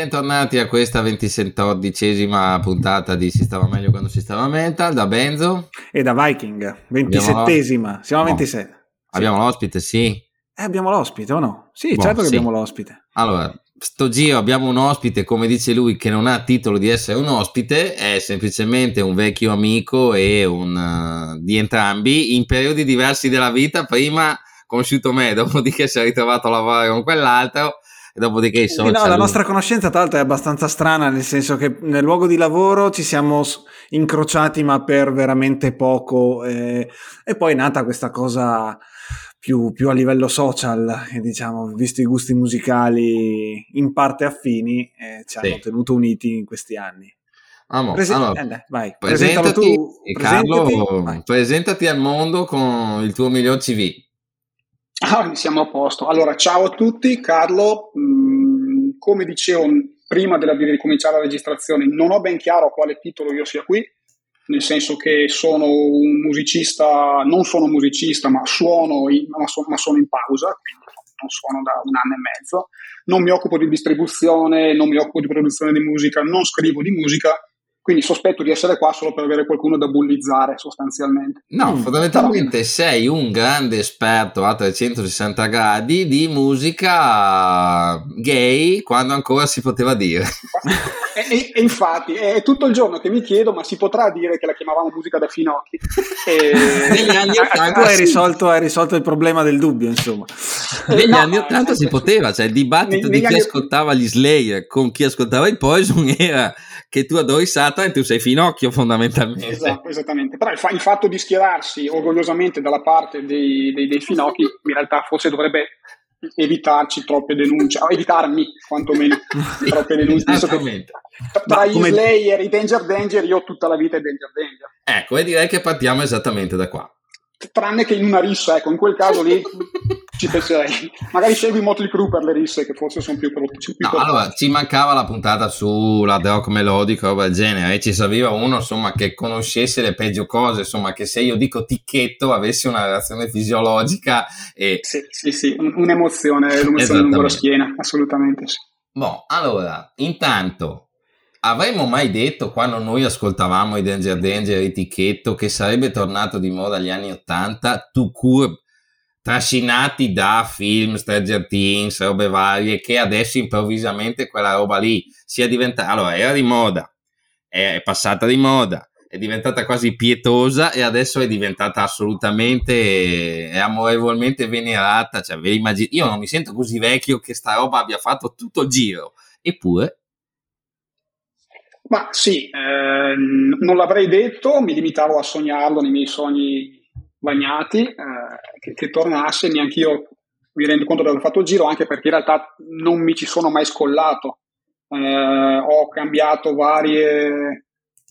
bentornati a questa 27ª puntata di Si stava meglio quando si stava metal, da Benzo e da Viking, 27ª, siamo a 27. Abbiamo l'ospite, sì. Abbiamo l'ospite o no? Sì, certo che sì. abbiamo l'ospite. Allora, sto giro abbiamo un ospite, come dice lui, che non ha titolo di essere un ospite, è semplicemente un vecchio amico e di entrambi, in periodi diversi della vita. Prima conosciuto me, dopodiché si è ritrovato a lavorare con quell'altro. E dopodiché i social. No, la nostra conoscenza tra l'altro è abbastanza strana, nel senso che nel luogo di lavoro ci siamo incrociati ma per veramente poco, e poi è nata questa cosa più a livello social, e diciamo, visto i gusti musicali in parte affini, ci hanno tenuto uniti in questi anni. Vai, presentalo tu, Carlo, presentati al mondo con il tuo miglior CV. Siamo a posto. Allora, ciao a tutti, Carlo. Come dicevo prima di ricominciare la registrazione, non ho ben chiaro a quale titolo io sia qui, nel senso che sono un musicista, non sono musicista, ma sono in pausa, quindi non suono da un anno e mezzo. Non mi occupo di distribuzione, non mi occupo di produzione di musica, non scrivo di musica. Quindi sospetto di essere qua solo per avere qualcuno da bullizzare, sostanzialmente. No, fondamentalmente sei un grande esperto a 360 gradi di musica gay, quando ancora si poteva dire. E infatti è tutto il giorno che mi chiedo, ma si potrà dire che la chiamavamo musica da finocchi? Negli anni 80 tu hai risolto il problema del dubbio, insomma. Negli anni 80 si poteva, cioè il dibattito di chi ascoltava gli Slayer con chi ascoltava i Poison era che tu adori Satan e tu sei finocchio, fondamentalmente. Esatto, esattamente. Però il fatto di schierarsi orgogliosamente dalla parte dei finocchi, in realtà forse dovrebbe evitarci troppe denunce, o evitarmi quantomeno troppe denunce. Esattamente. Tra gli Slayer e i Danger, io ho tutta la vita è Danger. Ecco, e direi che partiamo esattamente da qua. Tranne che in una rissa, ecco, in quel caso lì ci penserei. Magari segui Motley Crue per le risse, che forse sono più allora, ci mancava la puntata sulla rock melodica o roba del genere, e ci serviva uno, insomma, che conoscesse le peggio cose, insomma, che se io dico ticchetto avesse una reazione fisiologica e... Sì, un'emozione lungo la schiena, assolutamente sì. Allora, intanto avremmo mai detto, quando noi ascoltavamo i Danger e i Ticchetto, che sarebbe tornato di moda agli anni 80, trascinati da film, Stranger Things, robe varie, che adesso improvvisamente quella roba lì sia diventata, allora era di moda, è passata di moda, è diventata quasi pietosa e adesso è diventata assolutamente e amorevolmente venerata, cioè io non mi sento così vecchio che sta roba abbia fatto tutto il giro, eppure. Ma sì, non l'avrei detto, mi limitavo a sognarlo nei miei sogni bagnati, che tornasse. Neanche io mi rendo conto di aver fatto il giro, anche perché in realtà non mi ci sono mai scollato. Ho cambiato vari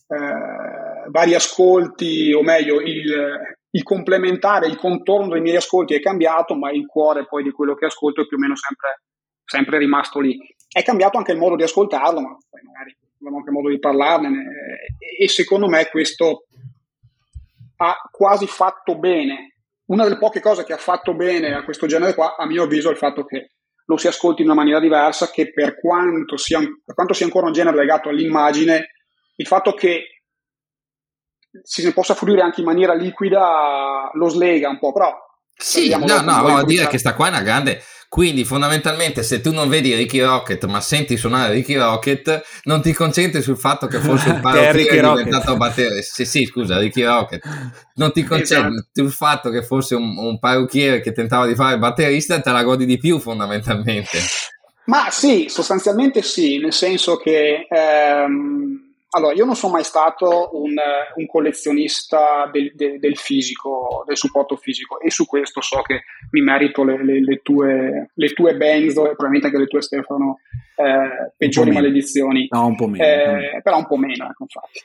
ascolti, o meglio il complementare, il contorno dei miei ascolti è cambiato, ma il cuore poi di quello che ascolto è più o meno sempre rimasto lì. È cambiato anche il modo di ascoltarlo, ma poi magari abbiamo anche modo di parlarne, e secondo me questo ha quasi fatto bene. Una delle poche cose che ha fatto bene a questo genere qua, a mio avviso, è il fatto che lo si ascolti in una maniera diversa, che per quanto sia ancora un genere legato all'immagine, il fatto che si ne possa fruire anche in maniera liquida lo slega un po', però sì, voglio dire che sta qua è una grande. Quindi fondamentalmente se tu non vedi Ricky Rocket ma senti suonare Ricky Rocket, non ti concentri sul fatto che fosse un parrucchiere diventato batterista. Sì, scusa, Ricky Rocket. Non ti concentri sul fatto che fosse un parrucchiere che tentava di fare il batterista, te la godi di più fondamentalmente. Ma sì, sostanzialmente sì, nel senso che allora, io non sono mai stato un collezionista del fisico, del supporto fisico, e su questo so che mi merito le tue Benzo e probabilmente anche le tue, Stefano, peggiori maledizioni. No, un po' meno. Però un po' meno, ecco, infatti.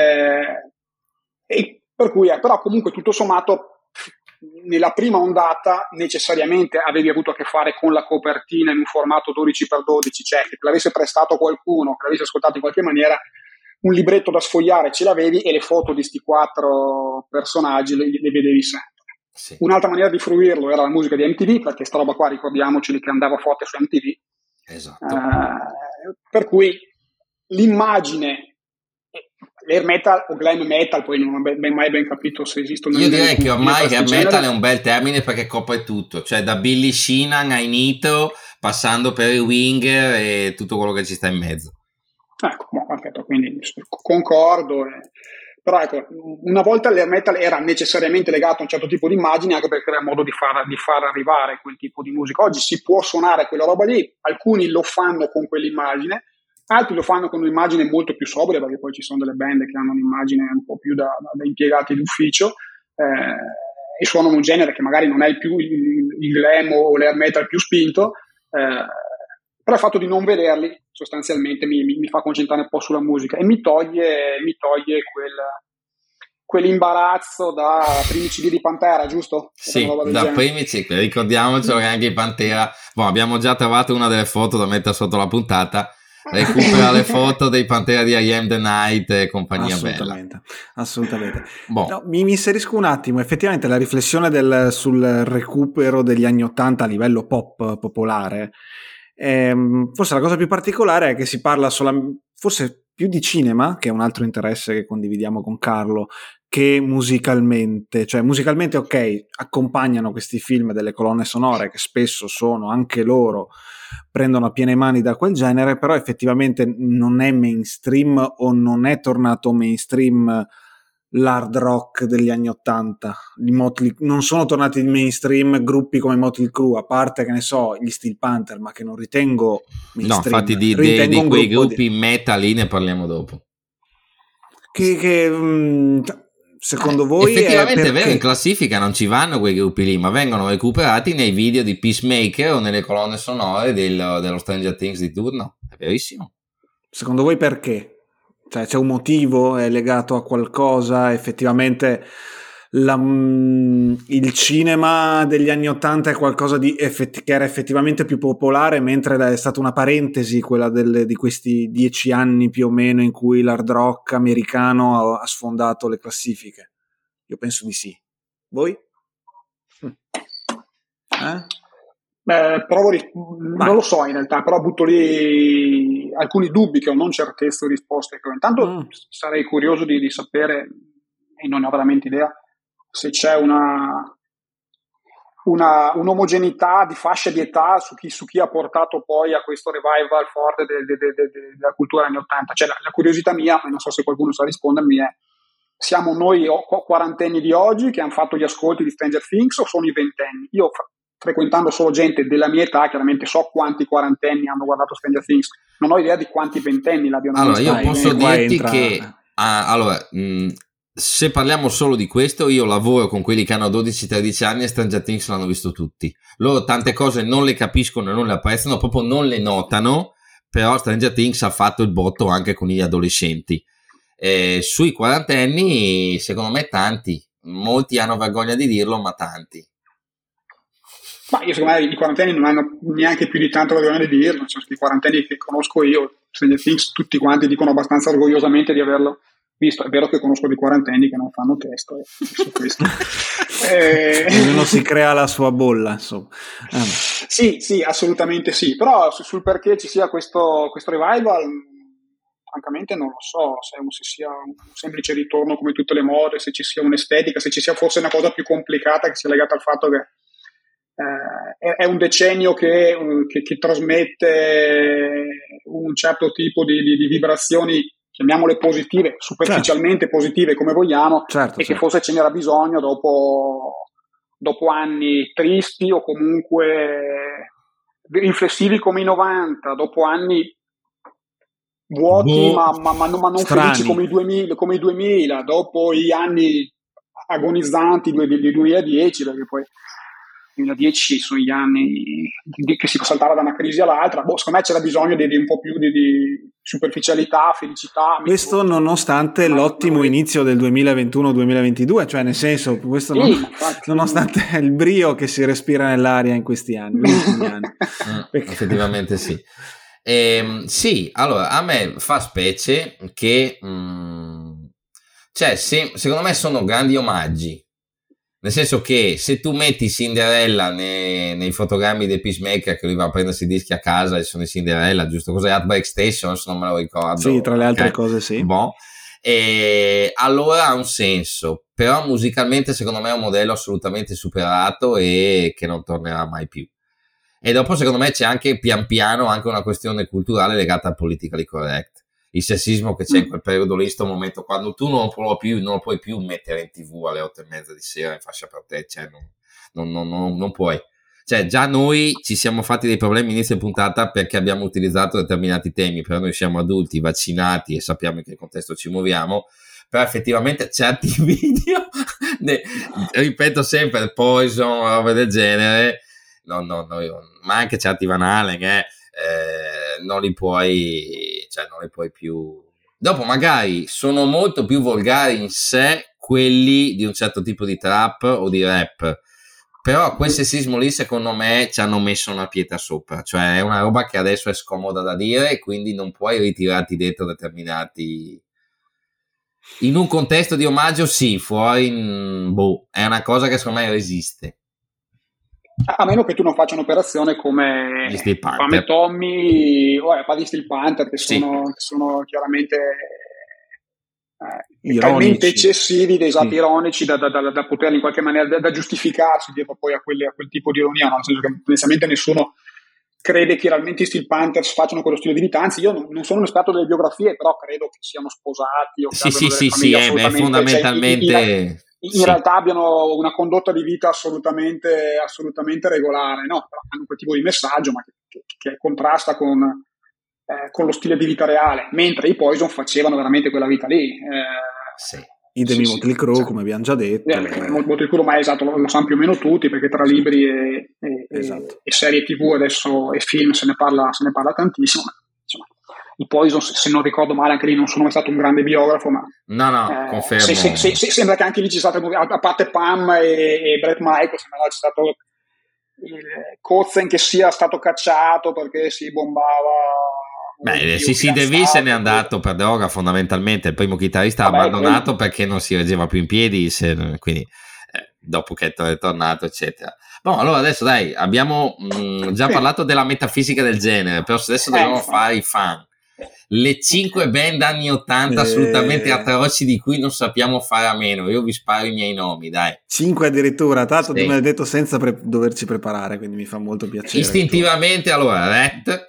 E per cui, però comunque tutto sommato nella prima ondata necessariamente avevi avuto a che fare con la copertina in un formato 12x12, cioè che te l'avesse prestato qualcuno, che l'avesse ascoltato in qualche maniera, un libretto da sfogliare ce l'avevi e le foto di sti 4 personaggi le vedevi sempre. Sì. Un'altra maniera di fruirlo era la musica di MTV, perché sta roba qua ricordiamoci che andava forte su MTV. Esatto. Per cui l'immagine, l'air metal o glam metal, poi non ho mai ben capito se esistono. Io direi che ormai hair metal è un bel termine perché copre tutto, cioè da Billy Sheehan a Inito, passando per i Winger e tutto quello che ci sta in mezzo. Ecco, perfetto, quindi concordo. Però ecco, una volta l'air metal era necessariamente legato a un certo tipo di immagine, anche perché era il modo di far arrivare quel tipo di musica. Oggi si può suonare quella roba lì, alcuni lo fanno con quell'immagine, altri lo fanno con un'immagine molto più sobria, perché poi ci sono delle band che hanno un'immagine un po' più da impiegati d'ufficio, e suonano un genere che magari non è più il glam o l'air metal più spinto, però il fatto di non vederli sostanzialmente mi fa concentrare un po' sulla musica e mi toglie quell'imbarazzo da primi CD di Pantera, giusto? Sì, da primi CD, ricordiamocelo che anche i Pantera, abbiamo già trovato una delle foto da mettere sotto la puntata, recupera le foto dei Pantera di I Am The Night e compagnia bella. Assolutamente. No, mi inserisco un attimo, effettivamente la riflessione sul recupero degli anni '80 a livello pop popolare. Forse la cosa più particolare è che si parla forse più di cinema, che è un altro interesse che condividiamo con Carlo, che musicalmente. Cioè musicalmente ok, accompagnano questi film delle colonne sonore che spesso sono anche loro, prendono a piene mani da quel genere, però effettivamente non è mainstream o non è tornato mainstream l'hard rock degli anni '80. Non sono tornati in mainstream gruppi come Motley Crue, a parte, che ne so, gli Steel Panther, ma che non ritengo mainstream. No, infatti di quei gruppi metal lì ne parliamo dopo. Secondo voi effettivamente è vero, in classifica non ci vanno quei gruppi lì, ma vengono recuperati nei video di Peacemaker o nelle colonne sonore dello Stranger Things di turno. È verissimo. Secondo voi perché? Cioè c'è un motivo, è legato a qualcosa? Effettivamente il cinema degli anni '80 è qualcosa che era effettivamente più popolare, mentre è stata una parentesi quella di questi 10 anni più o meno in cui l'hard rock americano ha sfondato le classifiche. Io penso di sì. Voi? Non lo so in realtà, però butto lì alcuni dubbi che ho non certezza di risposte. Intanto sarei curioso di sapere, e non ne ho veramente idea, se c'è un'omogeneità di fascia di età su chi ha portato poi a questo revival forte della cultura anni '80. Cioè la curiosità mia, non so se qualcuno sa rispondermi, è: siamo noi quarantenni di oggi che hanno fatto gli ascolti di Stranger Things o sono i ventenni? Io, frequentando solo gente della mia età, chiaramente so quanti quarantenni hanno guardato Stranger Things, non ho idea di quanti ventenni l'abbiano visto. Allora, io posso dirti che se parliamo solo di questo, io lavoro con quelli che hanno 12-13 anni e Stranger Things l'hanno visto tutti. Loro tante cose non le capiscono e non le apprezzano, proprio non le notano, però Stranger Things ha fatto il botto anche con gli adolescenti. Sui quarantenni, secondo me tanti, molti hanno vergogna di dirlo, ma tanti. Ma io secondo me i quarantenni non hanno neanche più di tanto vergogna di dirlo, cioè, i quarantenni che conosco io, Stranger Things, tutti quanti dicono abbastanza orgogliosamente di averlo visto. È vero che conosco dei quarantenni che non fanno testo su questo. Ognuno si crea la sua bolla, insomma. Sì, assolutamente sì, però sul perché ci sia questo revival, francamente non lo so, se sia un semplice ritorno come tutte le mode, se ci sia un'estetica, se ci sia forse una cosa più complicata che sia legata al fatto che è un decennio che trasmette un certo tipo di vibrazioni, chiamiamole positive, superficialmente positive come vogliamo, che forse ce n'era bisogno dopo anni tristi o comunque riflessivi come i '90, dopo anni vuoti ma non felici come i 2000, dopo gli anni agonizzanti del 2010, perché poi 2010 sono gli anni che si saltava da una crisi all'altra. Secondo me c'era bisogno di un po' più di superficialità, felicità. Questo nonostante l'ottimo inizio del 2021-2022, cioè nel senso, questo nonostante il brio che si respira nell'aria in questi anni. Effettivamente sì. Sì, allora a me fa specie che secondo me sono grandi omaggi, Nel senso che se tu metti Cinderella nei fotogrammi dei Peacemaker, che lui va a prendersi i dischi a casa e sono i Cinderella, giusto? Cos'è? Heartbreak Station, se non me lo ricordo. Sì, tra le altre cose, sì. Boh. E allora ha un senso, però musicalmente secondo me è un modello assolutamente superato e che non tornerà mai più. E dopo secondo me c'è anche pian piano anche una questione culturale legata al politically correct. Il sessismo che c'è in quel periodo lì, sto momento, quando tu non lo puoi più mettere in TV alle 8:30 di sera in fascia per te, cioè non puoi. Cioè già noi ci siamo fatti dei problemi inizio puntata perché abbiamo utilizzato determinati temi, però noi siamo adulti, vaccinati e sappiamo in che contesto ci muoviamo, però effettivamente certi video, ripeto sempre, Poison, robe del genere, ma anche certi Van Halen, non li puoi più. Dopo magari sono molto più volgari in sé quelli di un certo tipo di trap o di rap, però quel sessismo lì secondo me ci hanno messo una pietra sopra, cioè è una roba che adesso è scomoda da dire e quindi non puoi ritirarti dentro determinati. In un contesto di omaggio sì, fuori è una cosa che secondo me resiste. A meno che tu non faccia un'operazione come Tommy o di Steel Panther, che sono chiaramente talmente eccessivi, dei esatti ironici da poterli in qualche maniera da giustificarsi dietro poi a quel tipo di ironia, no? Nel senso che onestamente nessuno crede che realmente i Steel Panthers facciano quello stile di vita, anzi io non sono un esperto delle biografie, però credo che siano sposati o che abbiano delle famiglie fondamentalmente in realtà abbiano una condotta di vita assolutamente regolare, no? Però hanno quel tipo di messaggio, ma che contrasta con lo stile di vita reale, mentre i Poison facevano veramente quella vita lì. Idem Motley Crue, come abbiamo già detto. Motley Crue, ma esatto, lo sanno più o meno tutti, perché tra libri e serie TV adesso e film se ne parla tantissimo. Insomma, i Poison, se non ricordo male, anche lì non sono mai stato un grande biografo, ma confermo. Sembra che anche lì ci sia stato, a parte Pam e Bret Michaels, sembra che c'è stato il Kotzen che sia stato cacciato perché si bombava. CC DeVille se n'è andato per droga, fondamentalmente il primo chitarrista abbandonato perché non si reggeva più in piedi, quindi dopo che è tornato eccetera. Boh, allora adesso dai, abbiamo già parlato della metafisica del genere, però adesso dobbiamo fare i fan, le 5 band anni 80 assolutamente atroci di cui non sappiamo fare a meno. Io vi sparo i miei nomi, dai. 5 addirittura, tanto tu me l'hai detto senza doverci preparare, quindi mi fa molto piacere. Istintivamente, allora, Rat,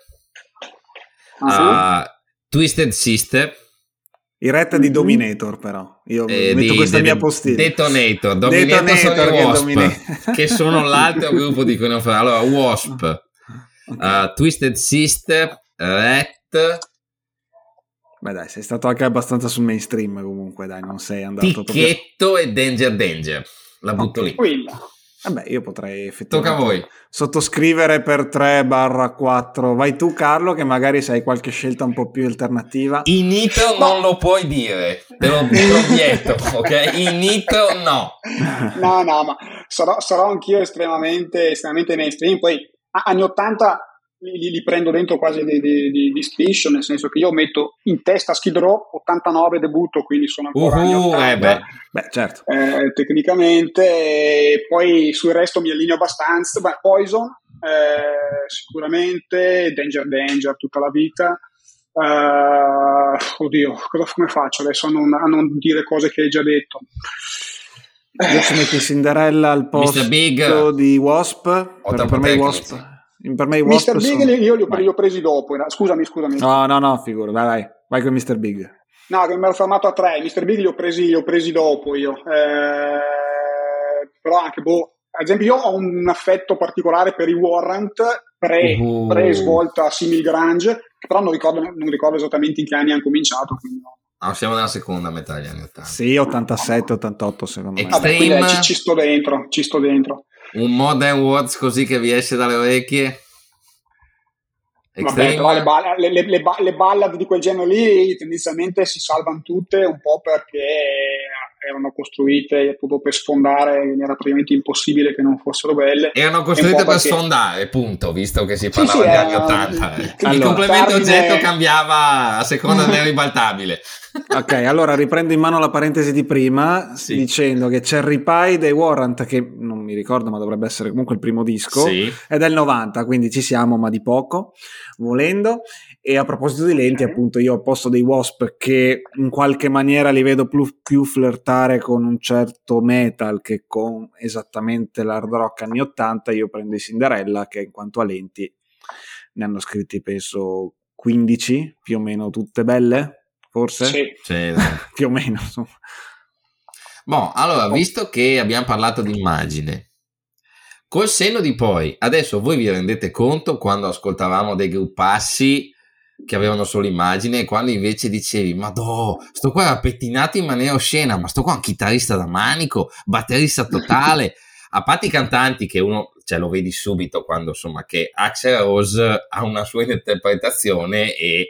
Twisted Sister, i Rat di Dominator, però io metto questa mia postilla. Dominator sono i Wasp, che sono l'altro gruppo di cui non fa. Allora, Wasp, Twisted Sister, Rat. Beh dai, sei stato anche abbastanza sul mainstream comunque, dai, non sei andato Ticchetto e Danger, la butto lì. Vabbè, io potrei effettivamente tocca a voi sottoscrivere per 3/4. Vai tu Carlo, che magari sai qualche scelta un po' più alternativa. In nitro non lo puoi dire, te lo vieto, ok? In nitro no, ma sarò anch'io estremamente mainstream. Poi anni 80 li prendo dentro quasi di striscio, nel senso che io metto in testa Skid Row, 89 debutto, quindi sono ancora anni 80. Beh, certo. Tecnicamente, e poi sul resto mi allineo abbastanza. Poison, sicuramente, Danger tutta la vita. Oddio, come faccio adesso a non dire cose che hai già detto? Adesso metti Cinderella al posto di Wasp. Per me Wasp. Mr. Big io li ho presi dopo. Scusami. No, figura, vai con Mr. Big. No, che mi ero fermato a 3. Mr. Big li ho presi dopo io. Però anche, ad esempio, io ho un affetto particolare per i Warrant pre-svolta simil grunge, che però non ricordo esattamente in che anni hanno cominciato. Quindi no. Siamo nella seconda metà degli anni 80. Sì, 87, 88 secondo me. Vabbè, ci sto dentro. Un Modern Words così che vi esce dalle orecchie. Vabbè, però le ballad di quel genere lì tendenzialmente si salvano tutte, un po' perché erano costruite proprio per sfondare, era praticamente impossibile che non fossero belle. Erano costruite per sfondare, punto, visto che si parlava sì, degli anni 80. Il complemento oggetto cambiava a seconda del ribaltabile. Ok, allora riprendo in mano la parentesi di prima, dicendo che Cherry Pie dei Warrant, che non mi ricordo ma dovrebbe essere comunque il primo disco, è del 90, quindi ci siamo ma di poco, volendo. E a proposito di lenti, appunto, io ho posto dei Wasp che in qualche maniera li vedo più flirtare con un certo metal che con esattamente l'hard rock anni 80. Io prendo i Cinderella, che in quanto a lenti ne hanno scritti penso 15, più o meno tutte belle. Forse? Sì. Più o meno, insomma. Boh, allora, visto che abbiamo parlato di immagine, col senno di poi, adesso voi vi rendete conto quando ascoltavamo dei gruppassi che avevano solo immagine e quando invece dicevi, madò, sto qua era pettinato in maniera oscena, ma sto qua un chitarrista da manico, batterista totale, a parte i cantanti che uno, cioè lo vedi subito quando insomma che Axl Rose ha una sua interpretazione e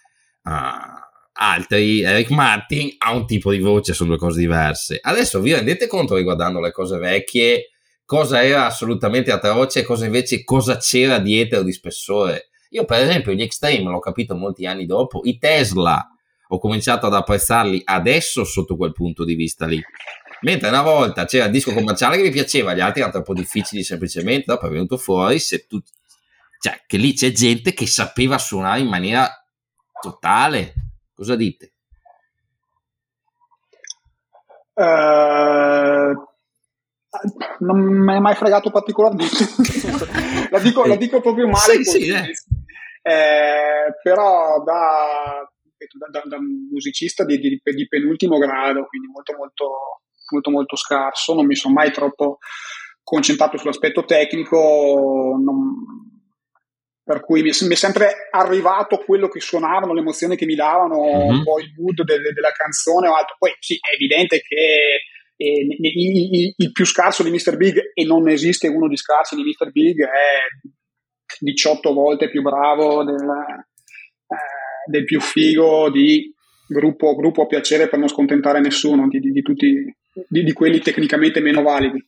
altri, Eric Martin ha un tipo di voce, sono due cose diverse. Adesso vi rendete conto, riguardando le cose vecchie, cosa era assolutamente atroce e cosa c'era dietro di spessore? Io per esempio gli Extreme l'ho capito molti anni dopo, i Tesla ho cominciato ad apprezzarli adesso sotto quel punto di vista lì, mentre una volta c'era il disco commerciale che mi piaceva, gli altri erano troppo difficili semplicemente. Dopo è venuto fuori cioè che lì c'è gente che sapeva suonare in maniera totale. Cosa dite? Non mi è mai fregato particolarmente. la dico proprio male. Però da musicista di penultimo grado, quindi molto molto molto molto scarso, non mi sono mai troppo concentrato sull'aspetto tecnico, per cui mi è sempre arrivato quello che suonavano, l'emozione che mi davano, un po' il mood della canzone o altro. Poi sì, è evidente che il più scarso di Mr. Big, e non esiste uno di scarsi di Mr. Big, è 18 volte più bravo del più figo di gruppo a piacere per non scontentare nessuno, di tutti di quelli tecnicamente meno validi.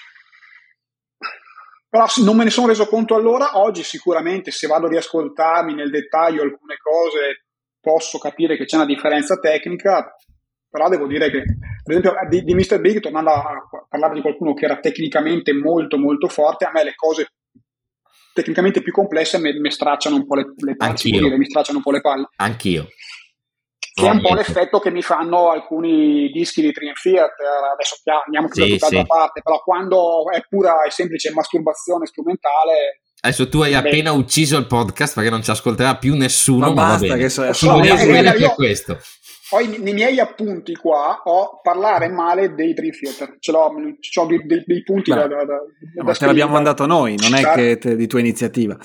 Però non me ne sono reso conto allora. Oggi sicuramente, se vado a riascoltarmi nel dettaglio alcune cose, posso capire che c'è una differenza tecnica, però devo dire che, per esempio, di Mr. Big, tornando a parlare di qualcuno che era tecnicamente molto molto forte, a me le cose tecnicamente più complesse mi stracciano un po' le palle. Mi stracciano un po' le palle. Anch'io. Che è un po' l'effetto che mi fanno alcuni dischi di Dream Theater. Adesso andiamo da tutt'altra parte, però quando è pura e semplice masturbazione strumentale. Adesso tu hai appena ucciso il podcast perché non ci ascolterà più nessuno, ma basta, va bene. che questo. Poi nei miei appunti qua ho parlare male dei Dream Theater, c'ho dei punti da ma te l'abbiamo mandato noi, non è che di tua iniziativa.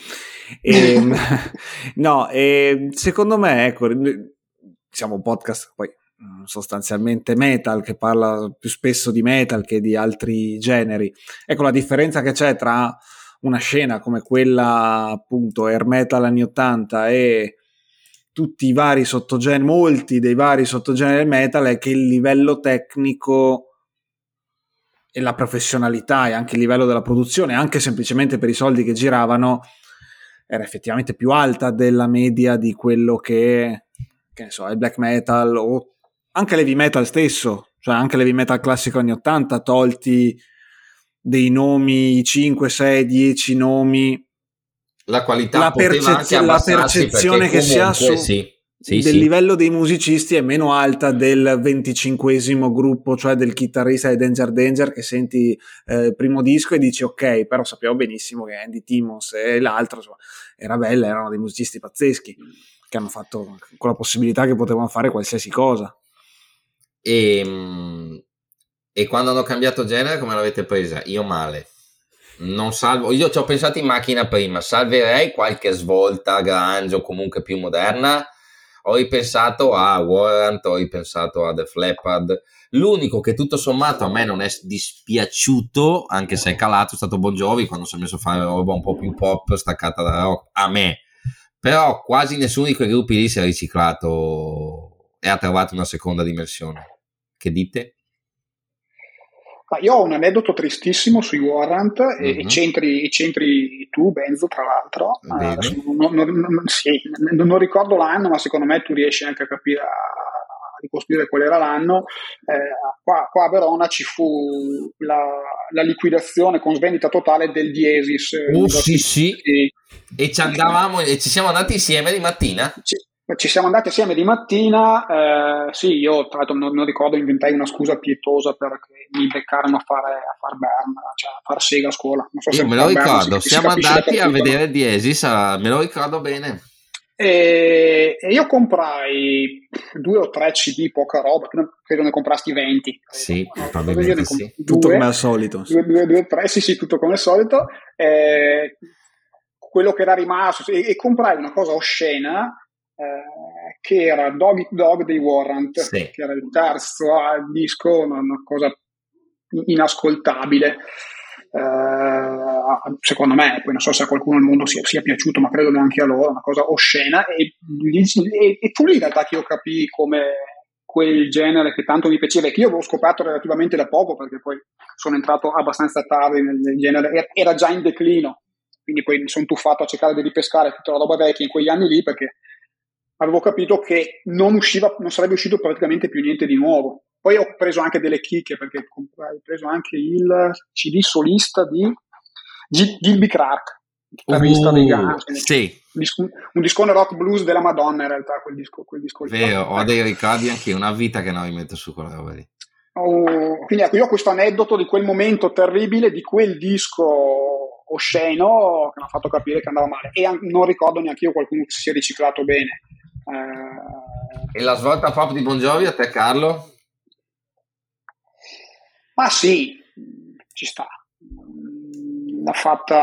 No, secondo me, ecco, siamo un podcast poi sostanzialmente metal, che parla più spesso di metal che di altri generi. Ecco la differenza che c'è tra una scena come quella appunto air metal anni 80 e tutti i vari sottogeneri, molti dei vari sottogeneri del metal, è che il livello tecnico e la professionalità e anche il livello della produzione, anche semplicemente per i soldi che giravano, era effettivamente più alta della media di quello che ne so, il black metal o anche l'heavy metal stesso, cioè anche l'heavy metal classico anni 80, tolti dei nomi 5, 6, 10 nomi, la qualità la percezione che si ha del livello dei musicisti è meno alta del 25esimo gruppo, cioè del chitarrista di Danger che senti il primo disco e dici ok, però sappiamo benissimo che Andy Timmons e l'altro insomma, erano dei musicisti pazzeschi che hanno fatto con la possibilità che potevano fare qualsiasi cosa. E quando hanno cambiato genere, come l'avete presa? Io male. Non salvo, io ci ho pensato in macchina prima, salverei qualche svolta grunge o comunque più moderna. Ho ripensato a Warrant, ho ripensato a Def Leppard. L'unico che tutto sommato a me non è dispiaciuto, anche se è calato, è stato Bon Jovi, quando si è messo a fare roba un po' più pop staccata da rock, a me. Però quasi nessuno di quei gruppi lì si è riciclato e ha trovato una seconda dimensione. Che dite? Io ho un aneddoto tristissimo sui Warrant e c'entri tu, Benzo, tra l'altro. Non ricordo l'anno, ma secondo me tu riesci anche a capire, a ricostruire qual era l'anno. Qua a Verona ci fu la liquidazione con svendita totale del Diesis. Sì. E ci andavamo e ci siamo andati insieme di mattina? Ci siamo andati assieme di mattina, sì, io tra l'altro non ricordo, inventai una scusa pietosa perché mi beccarono a far burn, cioè a far sega a scuola. Non so io me lo ricordo, siamo andati a vedere Diesis, me lo ricordo bene. E io comprai 2 o 3 CD, poca roba, credo ne comprasti 20. Sì, probabilmente sì. Tutto come al solito. 2, 3, sì, tutto come al solito. Quello che era rimasto, e comprai una cosa oscena, che era Dog Eat Dog dei Warrant, che era il terzo disco, una cosa inascoltabile, secondo me. Poi non so se a qualcuno al mondo sia piaciuto, ma credo neanche a loro, una cosa oscena, e fu lì in realtà che io capii come quel genere che tanto mi piaceva e che io avevo scoperto relativamente da poco, perché poi sono entrato abbastanza tardi nel genere, era già in declino, quindi poi mi sono tuffato a cercare di ripescare tutta la roba vecchia in quegli anni lì, perché avevo capito che non sarebbe uscito praticamente più niente di nuovo. Poi ho preso anche delle chicche, perché ho preso anche il CD solista di Gilby Clarke, chitarrista dei Guns. Sì. Un discone rock blues della Madonna, in realtà, quel disco lì. Vero, ho dei ricordi anche, una vita che non mi metto su quella roba lì. Quindi ecco, io ho questo aneddoto di quel momento terribile, di quel disco osceno che mi ha fatto capire che andava male, e non ricordo neanche io qualcuno che si sia riciclato bene. E la svolta pop di Bon Jovi a te, Carlo? Ma sì, ci sta. L'ha fatta,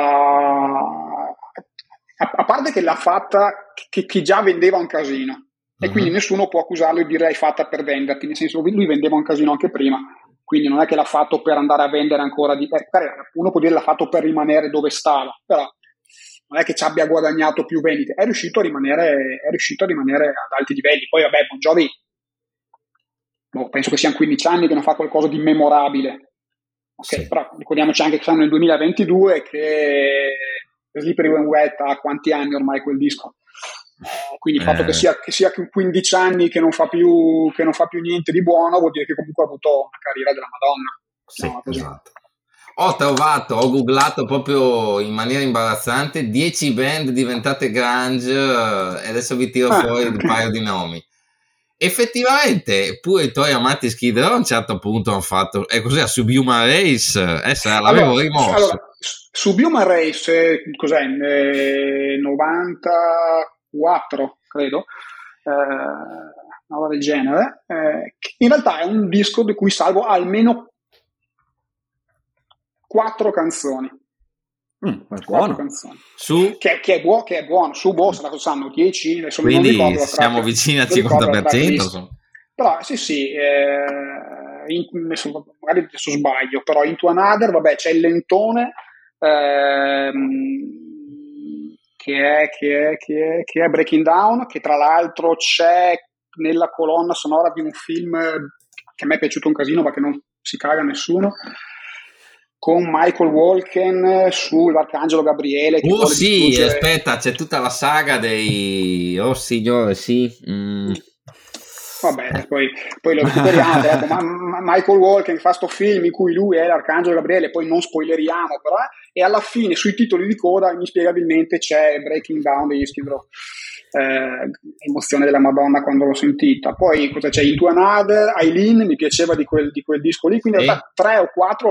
a parte che l'ha fatta che già vendeva un casino, e quindi nessuno può accusarlo di dire hai fatta per venderti, nel senso lui vendeva un casino anche prima, quindi non è che l'ha fatto per andare a vendere ancora di uno può dire l'ha fatto per rimanere dove stava, però non è che ci abbia guadagnato più vendite, è riuscito a rimanere ad alti livelli. Poi vabbè, Bon Jovi, penso che siano 15 anni che non fa qualcosa di memorabile, sì. Però ricordiamoci anche che siamo nel 2022, che Slippery When Wet ha quanti anni ormai quel disco, quindi il fatto che sia 15 anni che non fa più niente di buono vuol dire che comunque ha avuto una carriera della Madonna. Sì, esatto. Ho googlato proprio in maniera imbarazzante 10 band diventate grunge, e adesso vi tiro fuori un paio di nomi. Effettivamente pure i tuoi amati Skid Row a un certo punto hanno fatto, cos'è, Subhuman Race, l'avevo rimosso. Allora, Subhuman Race cos'è? 94 credo, una roba del genere, in realtà è un disco di cui salvo almeno 4 canzoni. Buono. Canzoni. Su? Che è buono. Su sanno 10. Quindi non siamo vicini al 50%. Però sì, magari adesso sbaglio, però Into Another, vabbè, c'è il lentone, che è Breaking Down, che tra l'altro c'è nella colonna sonora di un film che a me è piaciuto un casino, ma che non si caga nessuno, con Michael Walken sull'Arcangelo Gabriele. Che sì, aspetta, c'è tutta la saga dei... Oh signore, sì. Vabbè, poi lo recuperiamo. Ma Michael Walken fa sto film in cui lui è l'Arcangelo Gabriele, poi non spoileriamo, però, e alla fine sui titoli di coda inspiegabilmente c'è Breaking Down degli Skid Row. Emozione della Madonna quando l'ho sentita. Poi cosa c'è? Into Another, Eileen mi piaceva di quel disco lì, quindi in realtà 3 o 4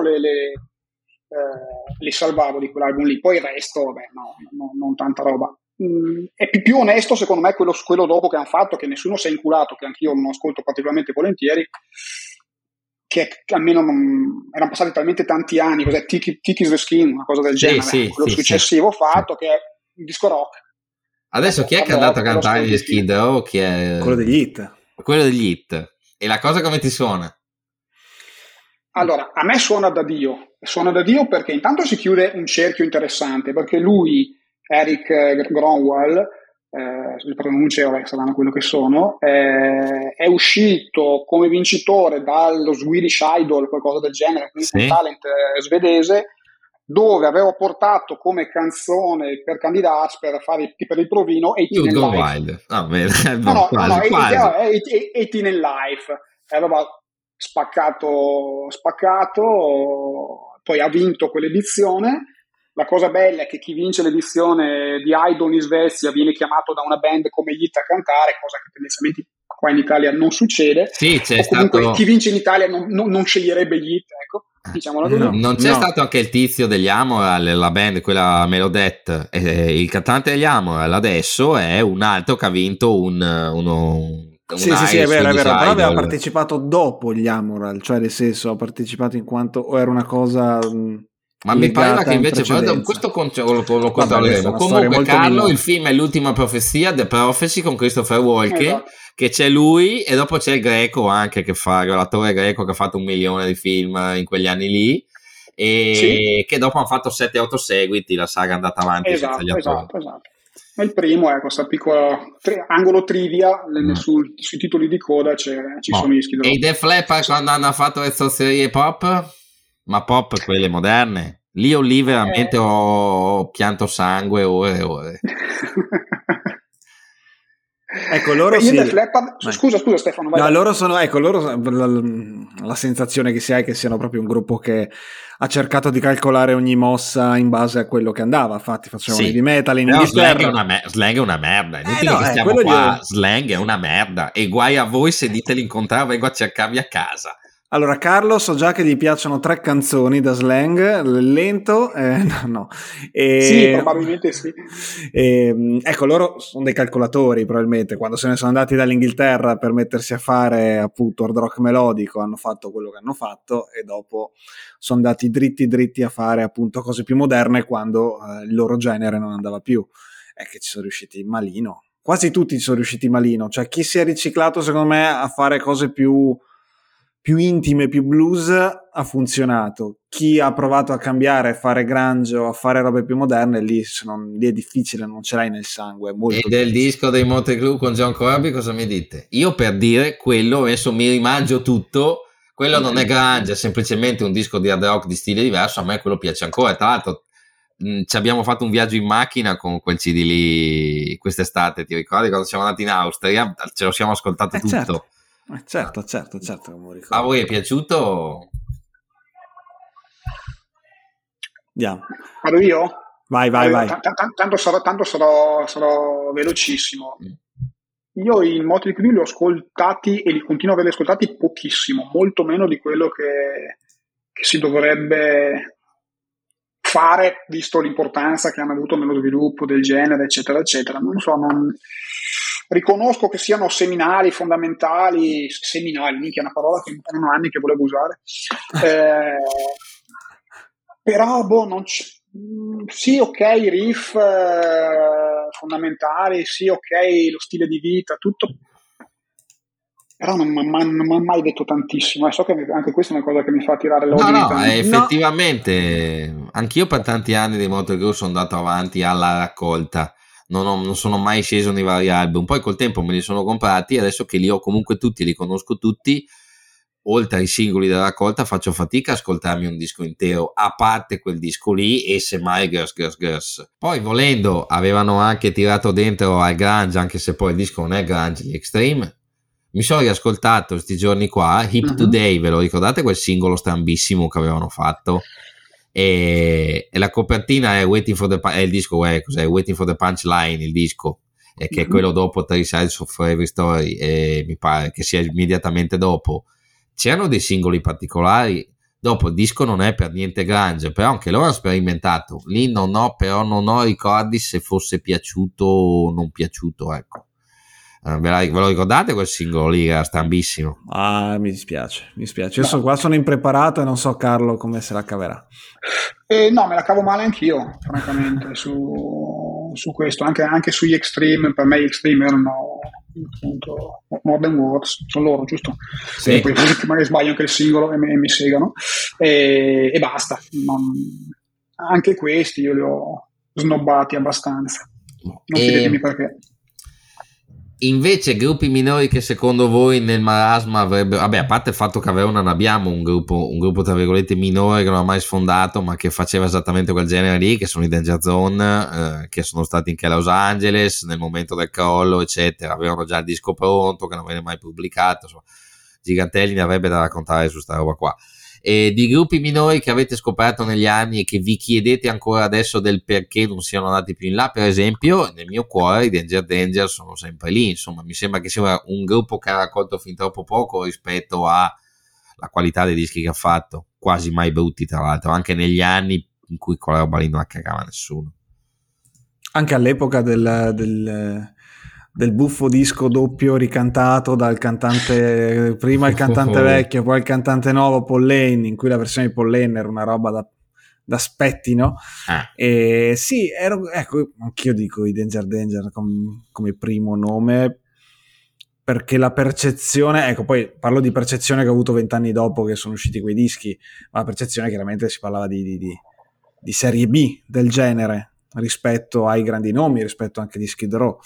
li salvavo di quell'album lì. Poi il resto, vabbè, non tanta roba. È più onesto secondo me quello dopo che hanno fatto, che nessuno si è inculato, che anch'io non ascolto particolarmente volentieri, che almeno erano passati talmente tanti anni. Cos'è? Thick is the Skin, una cosa del genere. Quello successivo fatto, che è un disco rock. Adesso chi è che è andato a cantare gli Skid Row? Chi è? Quello degli Hit. Quello degli Hit. E la cosa come ti suona? Allora, a me suona da Dio perché intanto si chiude un cerchio interessante, perché lui, Eric Gronwall, le pronunce saranno quello che sono, è uscito come vincitore dallo Swedish Idol, qualcosa del genere, quindi un talent svedese, dove avevo portato come canzone per candidarsi per fare per il provino 18 in Life. No, 18 in Life. Aveva spaccato, poi ha vinto quell'edizione. La cosa bella è che chi vince l'edizione di Idol in Svezia viene chiamato da una band come gli a cantare, cosa che tendenzialmente qua in Italia non succede. Sì, c'è comunque stato... chi vince in Italia non sceglierebbe gli hit, ecco, diciamola così. Non c'è stato anche il tizio degli Amoral, la band, quella Melodette, il cantante degli Amoral adesso è un altro che ha vinto sì, è vero, però aveva partecipato dopo gli Amoral, cioè nel senso ha partecipato in quanto o era una cosa... Ma mi pare che invece questo lo controlleremo. Comunque Carlo, il film è L'ultima profezia, The Prophecy, con Christopher Walken, che c'è lui e dopo c'è il greco anche che fa, l'attore greco che ha fatto 1 milione di film in quegli anni lì e che dopo hanno fatto 7-8 seguiti, la saga è andata avanti. Esatto. Ma il primo è questa piccola angolo trivia sui titoli di coda ci sono gli schidoni. E i Def Leppard quando hanno fatto le zozzerie pop? Ma pop quelle moderne? Lì veramente ho pianto sangue ore e ore. Ecco, loro scusa Stefano, vai. No, loro sono la sensazione che si ha è che siano proprio un gruppo che ha cercato di calcolare ogni mossa in base a quello che andava. Infatti facevano heavy metal in Inghilterra. Slang è una merda, inutile che stiamo qua. Slang è una merda e guai a voi se dite l'incontrare, vengo a cercarvi a casa. Allora, Carlo so già che gli piacciono 3 canzoni da slang, lento, no. Sì, probabilmente sì. Ecco, loro sono dei calcolatori, probabilmente. Quando se ne sono andati dall'Inghilterra per mettersi a fare appunto hard rock melodico, hanno fatto quello che hanno fatto e dopo sono andati dritti a fare appunto cose più moderne quando il loro genere non andava più. È che ci sono riusciti malino. Quasi tutti ci sono riusciti malino. Cioè, chi si è riciclato, secondo me, a fare cose più intime, più blues, ha funzionato. Chi ha provato a cambiare, a fare grunge o a fare robe più moderne, lì è difficile, non ce l'hai nel sangue. Molto del disco dei Motley Crue con John Corabi cosa mi dite? Io per dire quello, adesso mi rimangio tutto, quello non è grunge, è semplicemente un disco di hard rock di stile diverso, a me quello piace ancora. Tra l'altro ci abbiamo fatto un viaggio in macchina con quel CD lì quest'estate, ti ricordi quando siamo andati in Austria? Ce lo siamo ascoltato tutto. Certo. A voi è piaciuto? Andiamo. Vado io? Vai. Tanto sarò velocissimo. Io i Motley Crue li ho ascoltati e li continuo a averli ascoltati pochissimo, molto meno di quello che si dovrebbe fare, visto l'importanza che hanno avuto nello sviluppo del genere, eccetera. Non so, riconosco che siano seminali, fondamentali, minchia, è una parola che erano anni che volevo usare, però sì, ok, i riff fondamentali, sì, ok, lo stile di vita, tutto, però non mi ha mai detto tantissimo, so che anche questa è una cosa che mi fa tirare l'odio. No, effettivamente anch'io per tanti anni dei Motley Crue sono andato avanti alla raccolta. Non sono mai sceso nei vari album, poi col tempo me li sono comprati, adesso che li ho comunque tutti, li conosco tutti, oltre ai singoli della raccolta faccio fatica a ascoltarmi un disco intero, a parte quel disco lì e semmai Girls. Poi volendo avevano anche tirato dentro al grunge, anche se poi il disco non è grunge, gli Extreme. Mi sono riascoltato questi giorni qua Hip Today, ve lo ricordate quel singolo strambissimo che avevano fatto? E la copertina è Waiting for the il disco cos'è? Waiting for the Punchline, il disco, che è quello dopo 3 Sides of Every Story, e mi pare che sia immediatamente dopo. C'erano dei singoli particolari, dopo il disco non è per niente grunge, però anche loro hanno sperimentato, lì non ho ricordi se fosse piaciuto o non piaciuto, ecco. Ve lo ricordate quel singolo lì? Era strambissimo. Mi dispiace. Io qua sono impreparato e non so Carlo come se la caverà. No, me la cavo male anch'io, francamente, su questo, anche sugli Extreme. Per me gli Extreme erano appunto More Than Words, sono loro, giusto? Sì. Poi magari sbaglio anche il singolo e mi segano e basta. Anche questi io li ho snobbati abbastanza, non chiedetemi perché. Invece gruppi minori che secondo voi nel marasma avrebbero, vabbè, a parte il fatto che a Verona non abbiamo un gruppo tra virgolette minore che non ha mai sfondato ma che faceva esattamente quel genere lì, che sono i Danger Zone, che sono stati anche a Los Angeles nel momento del crollo eccetera, avevano già il disco pronto che non viene mai pubblicato, insomma Gigantelli ne avrebbe da raccontare su sta roba qua. E di gruppi minori che avete scoperto negli anni e che vi chiedete ancora adesso del perché non siano andati più in là, per esempio nel mio cuore i Danger sono sempre lì, insomma mi sembra che sia un gruppo che ha raccolto fin troppo poco rispetto alla qualità dei dischi che ha fatto, quasi mai brutti tra l'altro, anche negli anni in cui quella roba lì non la cagava nessuno, anche all'epoca del buffo disco doppio ricantato dal cantante, prima il cantante vecchio, poi il cantante nuovo Paul Lane, in cui la versione di Paul Lane era una roba da spettino. E sì, ecco, anch'io dico i Danger come primo nome, perché la percezione, ecco, poi parlo di percezione che ho avuto 20 anni dopo che sono usciti quei dischi, ma la percezione chiaramente si parlava di serie B del genere rispetto ai grandi nomi, rispetto anche di Skid Row.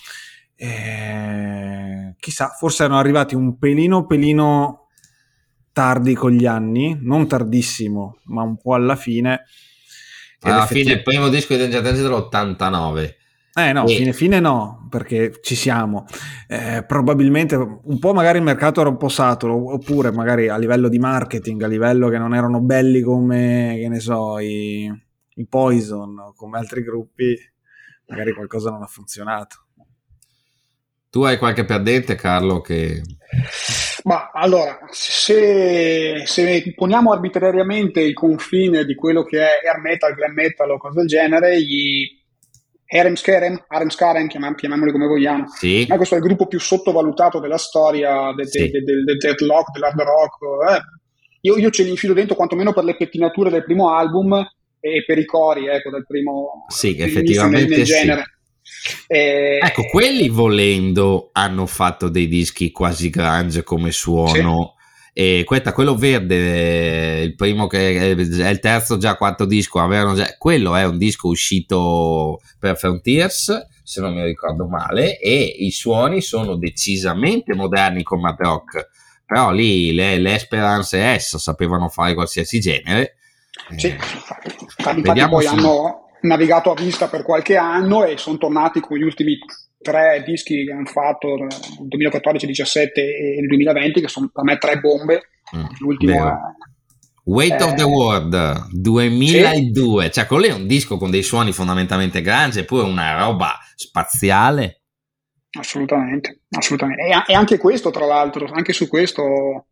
Chissà, forse erano arrivati un pelino tardi con gli anni, non tardissimo ma un po' alla fine. Alla fine il primo disco di Danger Danger dell'89. No, fine no, perché ci siamo. Probabilmente un po' magari il mercato era un po' saturo, oppure magari a livello di marketing, a livello che non erano belli come, che ne so, i Poison, come altri gruppi, magari qualcosa non ha funzionato. Tu hai qualche perdente, Carlo? Ma allora, se poniamo arbitrariamente il confine di quello che è air metal, glam metal o cose del genere, gli Harem Skarem, chiamiamoli come vogliamo, sì. Ma questo è il gruppo più sottovalutato della storia del deathlock, dell'hard rock. Io ce li infilo dentro quantomeno per le pettinature del primo album e per i cori, ecco, del primo. Sì, effettivamente nel genere. Ecco, quelli volendo hanno fatto dei dischi quasi grunge come suono, sì. E quello verde, il primo che è il terzo già quarto disco, quello è un disco uscito per Frontiers, se non mi ricordo male, e i suoni sono decisamente moderni come hard rock, però lì l'Esperance e S sapevano fare qualsiasi genere. Sì, infatti poi hanno navigato a vista per qualche anno e sono tornati con gli ultimi 3 dischi che hanno fatto nel 2014, 2017 e nel 2020, che sono per me 3 bombe. L'ultimo è Weight of the World 2002, sì. Cioè quello è un disco con dei suoni fondamentalmente grunge, eppure una roba spaziale. Assolutamente. E anche questo, tra l'altro, anche su questo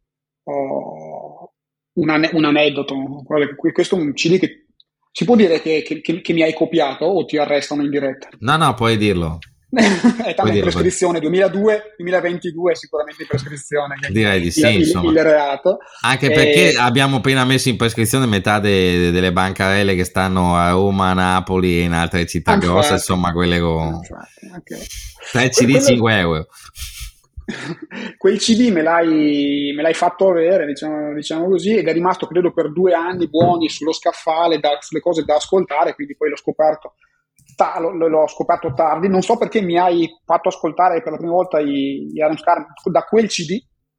ho un aneddoto. Questo è un CD che si può dire che mi hai copiato o ti arrestano in diretta? No, puoi dirlo. È tanto in prescrizione, 2002-2022 sicuramente in prescrizione. Direi di sì, insomma. Il reato. Anche perché abbiamo appena messo in prescrizione metà delle bancarelle che stanno a Roma, a Napoli e in altre città grosse, insomma, quelle con 3 CD 5 euro. Quel CD me l'hai fatto avere, diciamo così, ed è rimasto credo per 2 anni buoni sullo scaffale, sulle cose da ascoltare, quindi poi l'ho scoperto tardi. Non so perché mi hai fatto ascoltare per la prima volta gli Harem Skarem da quel CD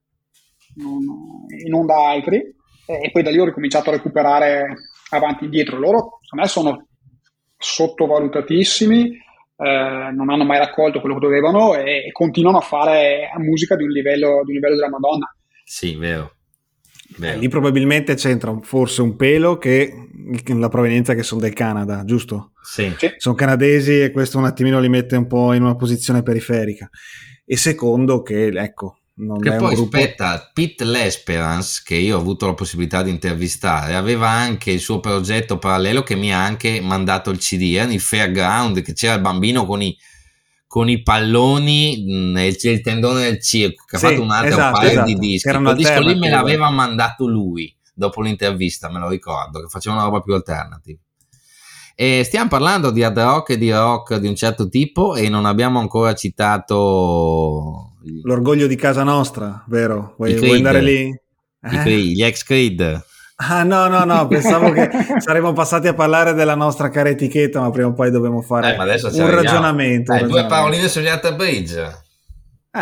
e non da altri, e poi da lì ho ricominciato a recuperare avanti e indietro. Loro secondo me sono sottovalutatissimi, non hanno mai raccolto quello che dovevano e continuano a fare musica di un livello della Madonna. Sì, vero. Lì probabilmente c'entra forse un pelo che la provenienza che sono del Canada, giusto? Sì. Sono canadesi e questo un attimino li mette un po' in una posizione periferica. E secondo che, ecco, non che è poi un gruppo... aspetta, Pete L'Esperance, che io ho avuto la possibilità di intervistare, aveva anche il suo progetto parallelo che mi ha anche mandato il CD, il Fairground, che c'era il bambino con i palloni e il tendone del circo, che ha fatto un paio di dischi. Quel disco lì me l'aveva mandato lui dopo l'intervista, me lo ricordo, che faceva una roba più alternativa. E stiamo parlando di hard rock e di rock di un certo tipo e non abbiamo ancora citato l'orgoglio di casa nostra, vero? Vuoi andare lì? Gli ex-Creed. Ah no, pensavo che saremmo passati a parlare della nostra cara etichetta, ma prima o poi dobbiamo fare un ragionamento. 2 paroline sugli Alter Bridge.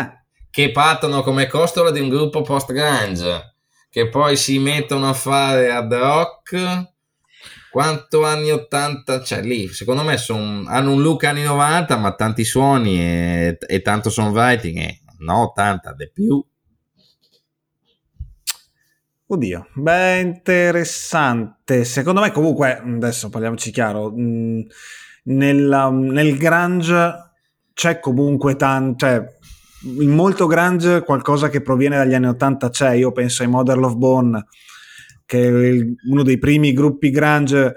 che partono come costola di un gruppo post-grunge, che poi si mettono a fare hard rock. Quanto anni 80 c'è lì? Secondo me hanno un look anni 90, ma tanti suoni e tanto songwriting. No, 80, di più. Oddio, beh, interessante. Secondo me, comunque, adesso parliamoci chiaro, nel grunge c'è comunque cioè, in molto grunge qualcosa che proviene dagli anni 80 c'è. Io penso ai Mother Love Bone, che è uno dei primi gruppi grunge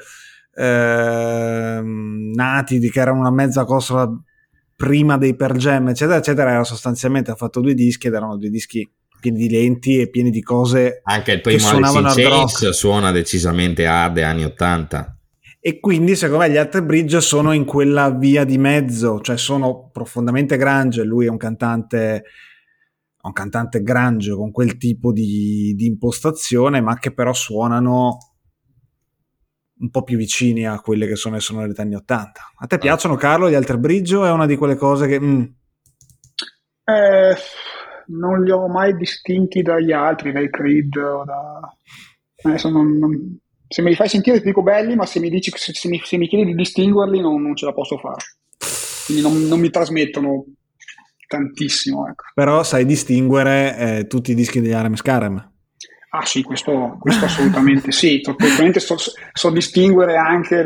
nati, che erano una mezza costola prima dei Pearl Jam, eccetera, eccetera. Era sostanzialmente, ha fatto 2 dischi ed erano 2 dischi pieni di lenti e pieni di cose. Anche il primo Alice in Chains suona decisamente hard anni 80. E quindi secondo me gli Alter Bridge sono in quella via di mezzo, cioè sono profondamente grunge. Lui è un cantante grunge con quel tipo di impostazione, ma che però suonano un po' più vicini a quelle che sono le sonorità anni 80. A te piacciono, Carlo, gli Alter Bridge, o è una di quelle cose che non li ho mai distinti dagli altri, dai Creed o adesso se me li fai sentire ti dico belli, ma se mi dici se mi chiedi di distinguerli non ce la posso fare, quindi non mi trasmettono tantissimo, ecco. Però sai distinguere tutti i dischi degli Arem Scarem. Ah sì, questo assolutamente sì. Probabilmente so distinguere anche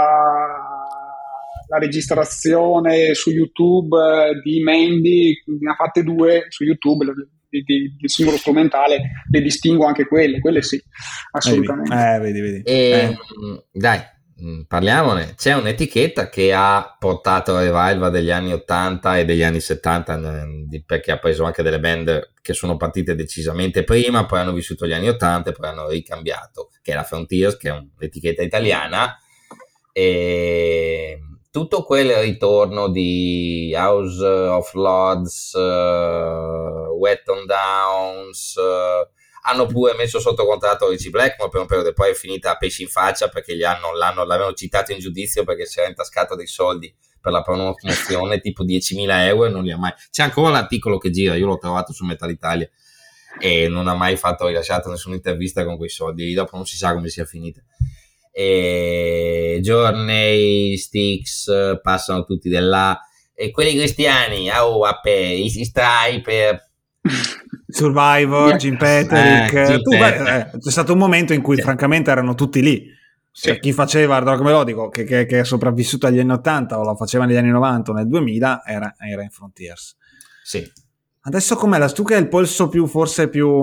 la registrazione su YouTube di Mandy, ne ha fatte 2 su YouTube, del singolo strumentale, le distingo anche quelle sì, assolutamente. Vedi. Dai, parliamone. C'è un'etichetta che ha portato il revival degli anni 80 e degli anni 70, perché ha preso anche delle band che sono partite decisamente prima, poi hanno vissuto gli anni 80 e poi hanno ricambiato, che è la Frontiers, che è un'etichetta italiana, e tutto quel ritorno di House of Lords, Wet on Downs, hanno pure messo sotto contratto Richie Blackmore per un periodo, e poi è finita a pesci in faccia perché l'avevano citato in giudizio perché si era intascato dei soldi per la promozione, tipo 10.000 euro, e non li ha mai. C'è ancora l'articolo che gira, io l'ho trovato su Metal Italia, e non ha mai rilasciato nessuna intervista con quei soldi. Dopo non si sa come sia finita. E Journey, Styx, passano tutti da là, e quelli cristiani, i Striper, Survivor, Jim Patrick, c'è stato un momento in cui francamente erano tutti lì. Sì. Cioè, chi faceva hard rock melodico che è sopravvissuto agli anni 80 o lo faceva negli anni 90 o nel 2000 era in Frontiers. Sì. Adesso com'è? Tu che hai il polso forse più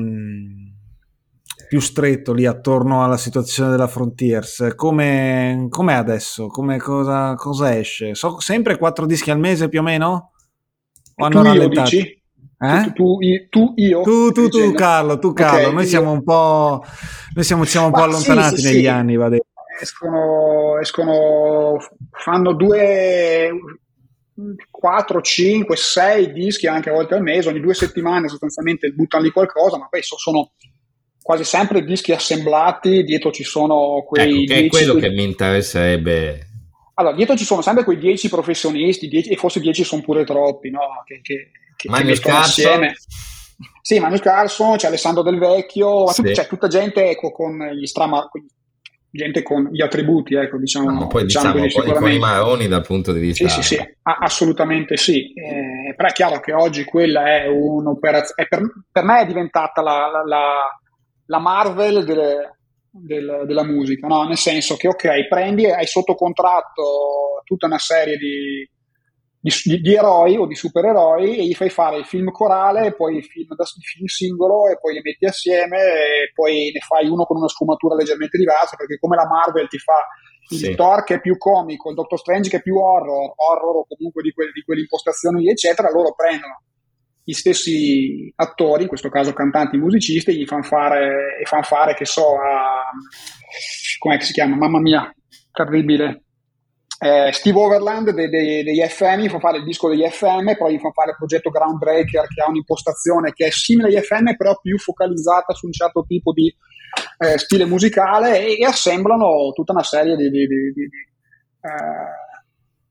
stretto lì attorno alla situazione della Frontiers, com'è adesso? Cosa esce? Sempre 4 dischi al mese più o meno? O hanno rallentato? Dici? Io? Tu Carlo, okay, noi siamo un po' allontanati negli anni, va detto. Escono, fanno 2, 4, 5, 6 dischi anche a volte al mese, ogni 2 settimane sostanzialmente buttano lì qualcosa, ma poi sono quasi sempre dischi assemblati, dietro ci sono quei 10, è quello che mi interesserebbe. Allora, dietro ci sono sempre quei 10 professionisti, e forse 10 sono pure troppi, no? Che Magnus Carlson. Sì, Magnus Carlson, c'è Alessandro Del Vecchio, sì. C'è tutta gente con gente con gli attributi, ecco, diciamo. No, poi diciamo con i maroni dal punto di vista. Sì, assolutamente sì. Però è chiaro che oggi quella è un'operazione, per me è diventata la Marvel della musica, no? Nel senso che hai sotto contratto tutta una serie di eroi o di supereroi e gli fai fare il film corale, poi il film singolo, e poi li metti assieme e poi ne fai uno con una sfumatura leggermente diversa, perché come la Marvel ti fa il Thor che è più comico, il Doctor Strange che è più horror o comunque di quelle impostazioni eccetera, loro prendono gli stessi attori, in questo caso cantanti, musicisti, e gli fanno fare che so, com'è che si chiama? Mamma mia, terribile. Steve Overland degli FM, gli fa fare il disco degli FM, poi gli fa fare il progetto Groundbreaker, che ha un'impostazione che è simile agli FM però più focalizzata su un certo tipo di stile musicale, e assemblano tutta una serie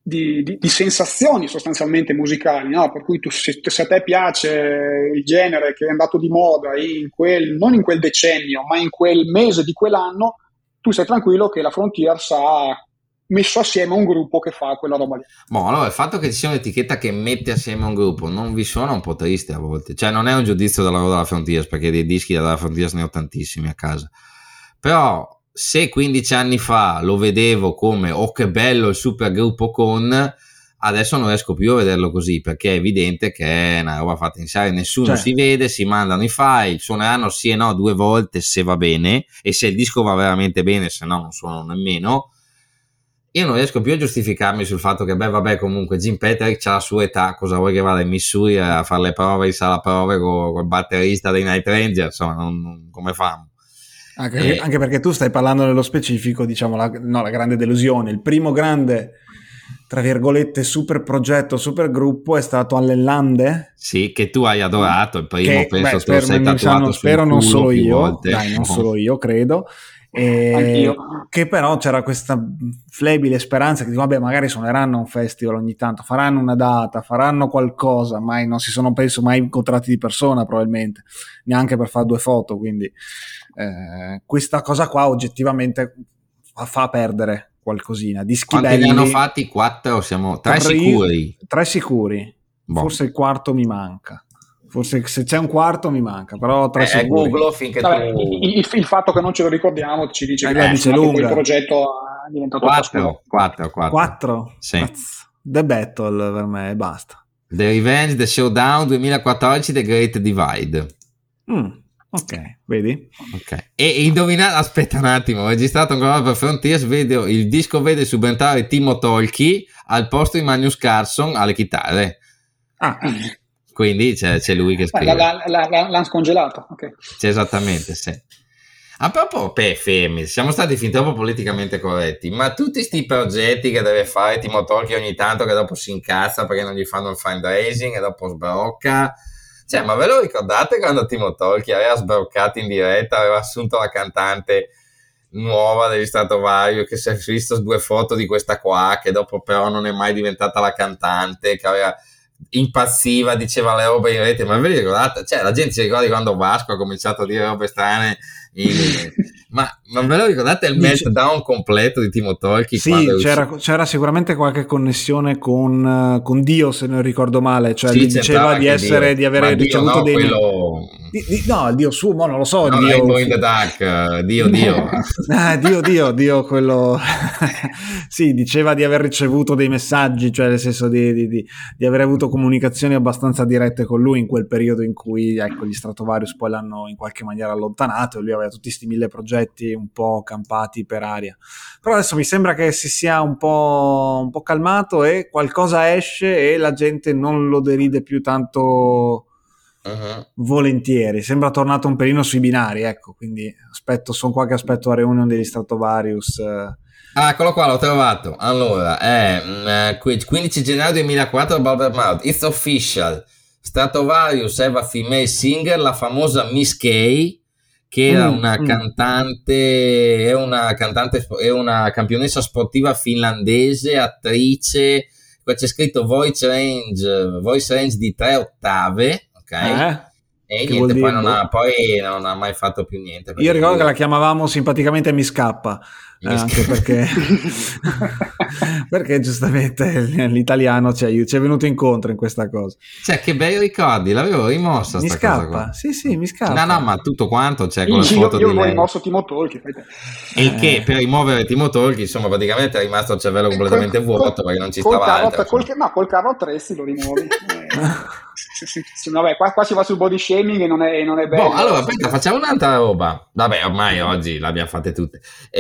di sensazioni sostanzialmente musicali, no? Per cui se a te piace il genere che è andato di moda non in quel decennio, ma in quel mese di quell'anno, tu sei tranquillo che la Frontiers ha messo assieme un gruppo che fa quella roba lì. Boh, allora il fatto che ci sia un'etichetta che mette assieme un gruppo non vi suona un po' triste a volte? Cioè non è un giudizio della roba della Frontiers, perché dei dischi della Frontiers ne ho tantissimi a casa, però se 15 anni fa lo vedevo come che bello il super gruppo adesso non riesco più a vederlo così, perché è evidente che è una roba fatta in serie, nessuno si vede, si mandano i file, suoneranno sì e no 2 volte se va bene, e se il disco va veramente bene, se no non suonano nemmeno. Io non riesco più a giustificarmi sul fatto che comunque Jim Patrick c'ha la sua età, cosa vuoi che vada in Missouri a fare le prove in sala prove col batterista dei Night Ranger, insomma come famo? Anche perché tu stai parlando nello specifico, diciamo, la grande delusione. Il primo grande, tra virgolette, super progetto, super gruppo è stato Allen Lande. Sì, che tu hai adorato, il primo penso te lo sei tatuato spero non solo io, volte. Dai, non solo io, credo. Che però c'era questa flebile speranza che dico, vabbè, magari suoneranno un festival ogni tanto, faranno una data, faranno qualcosa, mai non si sono penso mai incontrati di persona probabilmente, neanche per fare 2 foto, quindi questa cosa qua oggettivamente fa perdere qualcosina. Dischi quanti belli, ne hanno fatti? 4? Siamo 3 sicuri? 3 sicuri, forse il quarto mi manca. Forse se c'è un quarto mi manca, però 3 sicuri. Google finché il fatto che non ce lo ricordiamo ci dice che il progetto è diventato 4? Sì. The Battle per me e basta. The Revenge, The Showdown 2014, The Great Divide. Ok, vedi? Ok. E indovinate, aspetta un attimo, ho registrato ancora per Frontiers, il disco vede subentrare Timo Tolkki al posto di Magnus Carlsson alle chitarre. Quindi c'è lui che scrive. L'hanno scongelato. Okay. C'è esattamente, sì. A proprio fermi, siamo stati fin troppo politicamente corretti, ma tutti sti progetti che deve fare Timo Tolkki ogni tanto, che dopo si incazza perché non gli fanno il fundraising e dopo sbrocca. Cioè, ma ve lo ricordate quando Timo Tolkki aveva sbroccato in diretta, aveva assunto la cantante nuova degli Stratovarius, che si è visto 2 foto di questa qua, che dopo però non è mai diventata la cantante, che aveva impazziva, diceva le robe in rete, ma ve li ricordate? Cioè, la gente si ricorda di quando Vasco ha cominciato a dire robe strane ma ve lo ricordate il meltdown completo di Timo Tolkki? Sì, c'era sicuramente qualche connessione con Dio, se non ricordo male, cioè sì, diceva di avere ricevuto dei no, Dio suo, ma non lo so, no, Dio Rainbow in the Dark, Dio Dio quello sì, diceva di aver ricevuto dei messaggi, cioè nel senso di aver avuto comunicazioni abbastanza dirette con lui in quel periodo in cui gli Stratovarius poi l'hanno in qualche maniera allontanato e lui aveva tutti sti 1000 progetti un po' campati per aria. Però adesso mi sembra che si sia un po' calmato e qualcosa esce e la gente non lo deride più tanto volentieri. Sembra tornato un pelino sui binari, ecco, quindi sono qua che aspetto la reunion degli Stratovarius. Eccolo qua, l'ho trovato. Allora, è 15 gennaio 2004 Blabbermouth. It's official. Stratovarius have a female singer, la famosa Miss K, che era una cantante, è una campionessa sportiva finlandese, attrice. Qua c'è scritto voice range di 3 ottave, ok? E niente, poi non ha mai fatto più niente. Io ricordo che la chiamavamo simpaticamente Mi Scappa, anche perché giustamente l'italiano ci è venuto incontro in questa cosa. Cioè, che bei ricordi, l'avevo rimossa Mi sta scappa, cosa qua. sì, mi scappa. No, ma tutto quanto, cioè con le foto io di l'ho lei. rimosso Timo Tolkki. Il che per rimuovere Timo Tolkki, insomma, praticamente è rimasto il cervello completamente vuoto perché non ci stava altro. Col carro attrezzi lo rimuovi. Vabbè, qua si va sul body shaming e non è bello. Allora, aspetta, facciamo un'altra roba. Vabbè, ormai oggi l'abbiamo fatte tutte.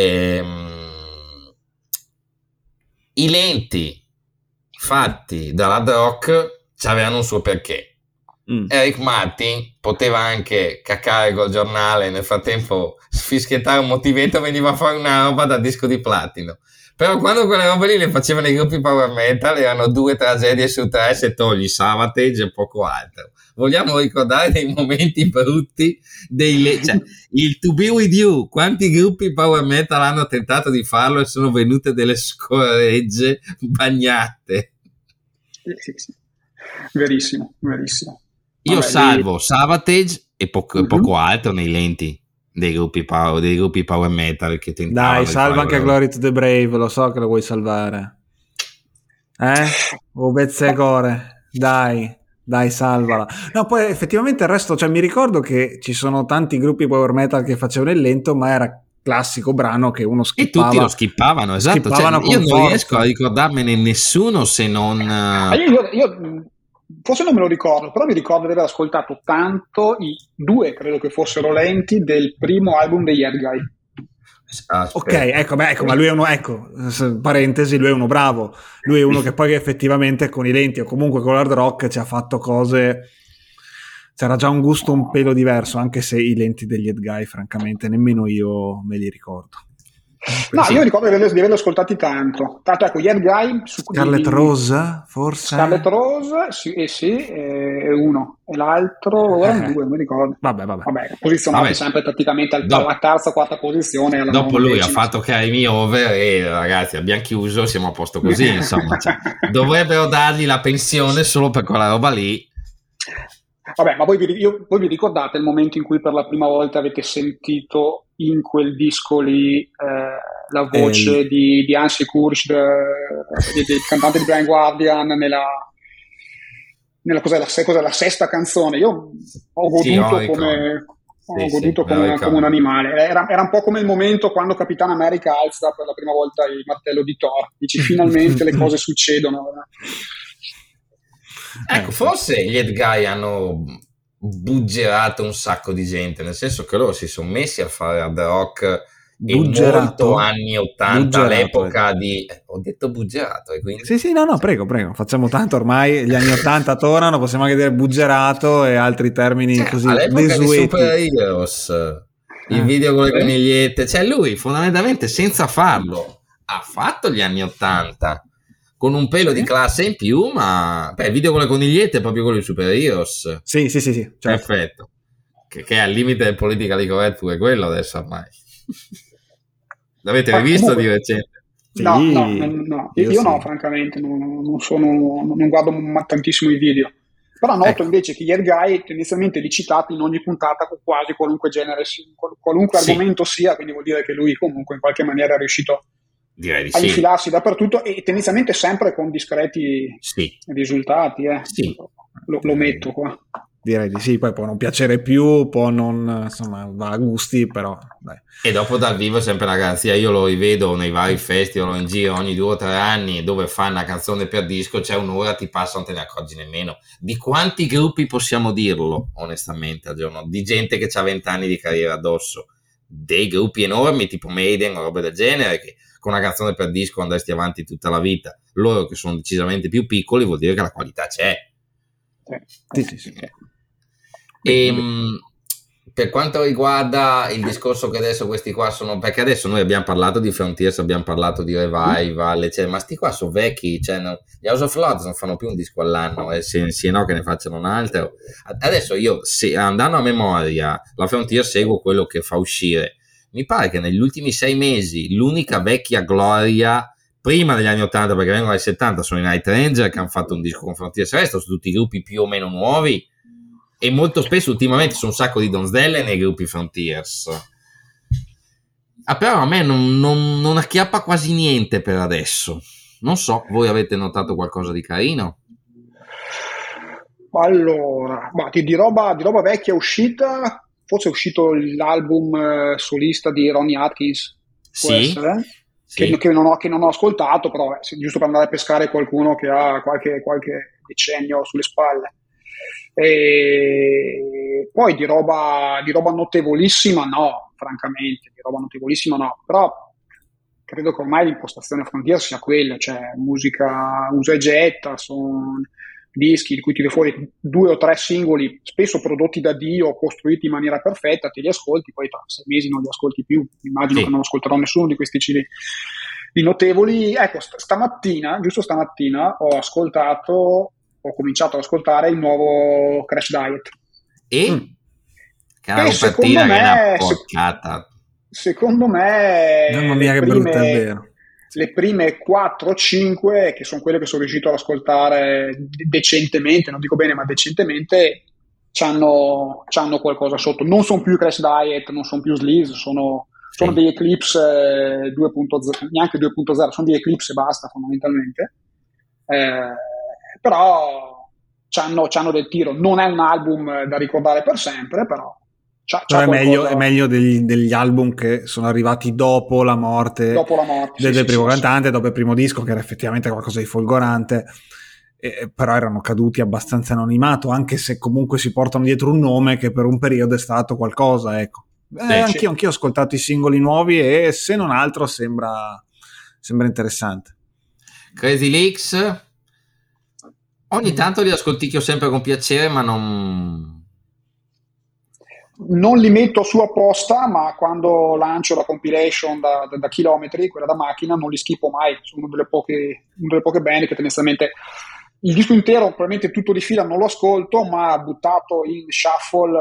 I lenti fatti dall'hard rock avevano un suo perché. Eric Martin poteva anche caccare col giornale, nel frattempo sfischiettare un motivetto, veniva a fare una roba da disco di platino. Però quando quelle robe lì le facevano i gruppi power metal erano 2 tragedie su 3 se togli Savatage e poco altro. Vogliamo ricordare dei momenti brutti cioè, il To Be With You, quanti gruppi power metal hanno tentato di farlo e sono venute delle scorregge bagnate. Sì. Verissimo. Io salvo Savatage e poco altro nei lenti dei gruppi power metal che tentavano. Dai, salva anche Glory to the Brave, lo so che lo vuoi salvare. Bezzegore, dai, salvala. No, poi effettivamente il resto, cioè mi ricordo che ci sono tanti gruppi power metal che facevano il lento, ma era classico brano che uno skippava. E tutti lo skippavano, esatto. Io non riesco a ricordarmene nessuno se non... Io forse non me lo ricordo, però mi ricordo di aver ascoltato tanto i 2, credo che fossero lenti, del primo album degli Head Guy. Ok, ecco, ma lui è uno, parentesi, lui è uno bravo, lui è uno che poi effettivamente con i lenti o comunque con l'hard rock ci ha fatto cose, c'era già un gusto un pelo diverso, anche se i lenti degli Head Guy francamente nemmeno io me li ricordo. No, io ricordo di averlo ascoltati tanto. Tanto ecco, gli Head Guy Scarlet Rose, forse? Scarlet Rose, sì, è uno. E l'altro, ora 2, non mi ricordo. Vabbè, posizionato sempre praticamente alla terza o quarta posizione. Dopo lui ha fatto Carry Me Over e ragazzi abbiamo chiuso, siamo a posto così, insomma. Dovrebbero dargli la pensione solo per quella roba lì. Vabbè, ma voi vi ricordate il momento in cui per la prima volta avete sentito in quel disco lì la voce di Hansi Kursch, del cantante di Blind Guardian, nella cos'è la sesta canzone? Io ho goduto come un animale. Era un po' come il momento quando Capitan America alza per la prima volta il martello di Thor. Dici finalmente le cose succedono. Ecco, forse gli Head Guy hanno buggerato un sacco di gente, nel senso che loro si sono messi a fare hard rock molto anni 80 all'epoca di... Ho detto buggerato e quindi... Sì, no, prego, facciamo tanto ormai, gli anni 80 tornano, possiamo anche dire buggerato e altri termini così all'epoca di Super Heroes, il video con le conigliette, cioè lui fondamentalmente senza farlo ha fatto gli anni 80 con un pelo di classe in più, ma il video con le conigliette è proprio quello di Super Heroes. Sì, certo. Perfetto. Che è al limite del politically correct pure quello adesso ormai. L'avete rivisto di recente? No. Io no, francamente, non guardo tantissimo i video. Però noto invece che gli Head Guy tendenzialmente li citate in ogni puntata con quasi qualunque genere, qualunque argomento sia, quindi vuol dire che lui comunque in qualche maniera è riuscito a infilarsi dappertutto e tendenzialmente sempre con discreti risultati. Lo metto qua. Direi di sì, poi può non piacere più, può non, insomma, va a gusti, però dai. E dopo dal vivo è sempre una garanzia, io lo rivedo nei vari festival o in giro ogni 2 o 3 anni dove fa una canzone per disco, c'è un'ora, ti passa, non te ne accorgi nemmeno. Di quanti gruppi possiamo dirlo, onestamente, al giorno? Di gente che ha 20 anni di carriera addosso, dei gruppi enormi tipo Maiden o robe del genere, che con una canzone per disco andresti avanti tutta la vita. Loro che sono decisamente più piccoli vuol dire che la qualità c'è. Sì. E per quanto riguarda il discorso che adesso questi qua sono, perché adesso noi abbiamo parlato di Frontiers, abbiamo parlato di Revival, ma sti qua sono vecchi, cioè gli House of Lords non fanno più un disco all'anno, se no che ne facciano un altro. Adesso io, andando a memoria, la Frontiers seguo quello che fa uscire. Mi pare che negli ultimi 6 mesi l'unica vecchia gloria prima degli anni 80, perché vengono dai 70, sono i Night Ranger che hanno fatto un disco con Frontiers. Il resto sono tutti gruppi più o meno nuovi e molto spesso ultimamente sono un sacco di Don Delle nei gruppi Frontiers. Però a me non acchiappa quasi niente per adesso. Non so, voi avete notato qualcosa di carino? Allora, di roba vecchia uscita, forse è uscito l'album solista di Ronnie Atkins, può essere? Sì. Che non ho ascoltato, però giusto per andare a pescare qualcuno che ha qualche decennio sulle spalle. E poi di roba notevolissima no, francamente, però credo che ormai l'impostazione Frontier sia quella, cioè musica usa e getta, sono dischi di cui tiri fuori 2 o 3 singoli, spesso prodotti da Dio, costruiti in maniera perfetta, te li ascolti, poi tra 6 mesi non li ascolti più, immagino che non ascolterò nessuno di questi CD. notevoli. Ecco, giusto stamattina ho cominciato ad ascoltare il nuovo Crash Diet. E secondo me, secondo me mamma mia, che brutta, è vero. Le prime 4 o 5, che sono quelle che sono riuscito ad ascoltare decentemente, non dico bene, ma decentemente, c'hanno qualcosa sotto. Non sono più Crash Diet, non sono più Sleaze, sono degli Eclipse 2.0, neanche 2.0, sono degli Eclipse e basta, fondamentalmente. Però c'hanno del tiro. Non è un album da ricordare per sempre, però è meglio degli album che sono arrivati dopo la morte del primo cantante, dopo il primo disco, che era effettivamente qualcosa di folgorante, però erano caduti abbastanza anonimato, anche se comunque si portano dietro un nome che per un periodo è stato qualcosa, ecco. Anch'io ho ascoltato i singoli nuovi e se non altro sembra interessante. Crazy Leaks ogni tanto li ascolticchio sempre con piacere, ma non li metto su apposta, ma quando lancio la compilation da chilometri, quella da macchina, non li schippo mai. Sono una delle poche band che tendenzialmente il disco intero, probabilmente tutto di fila, non lo ascolto, ma buttato in shuffle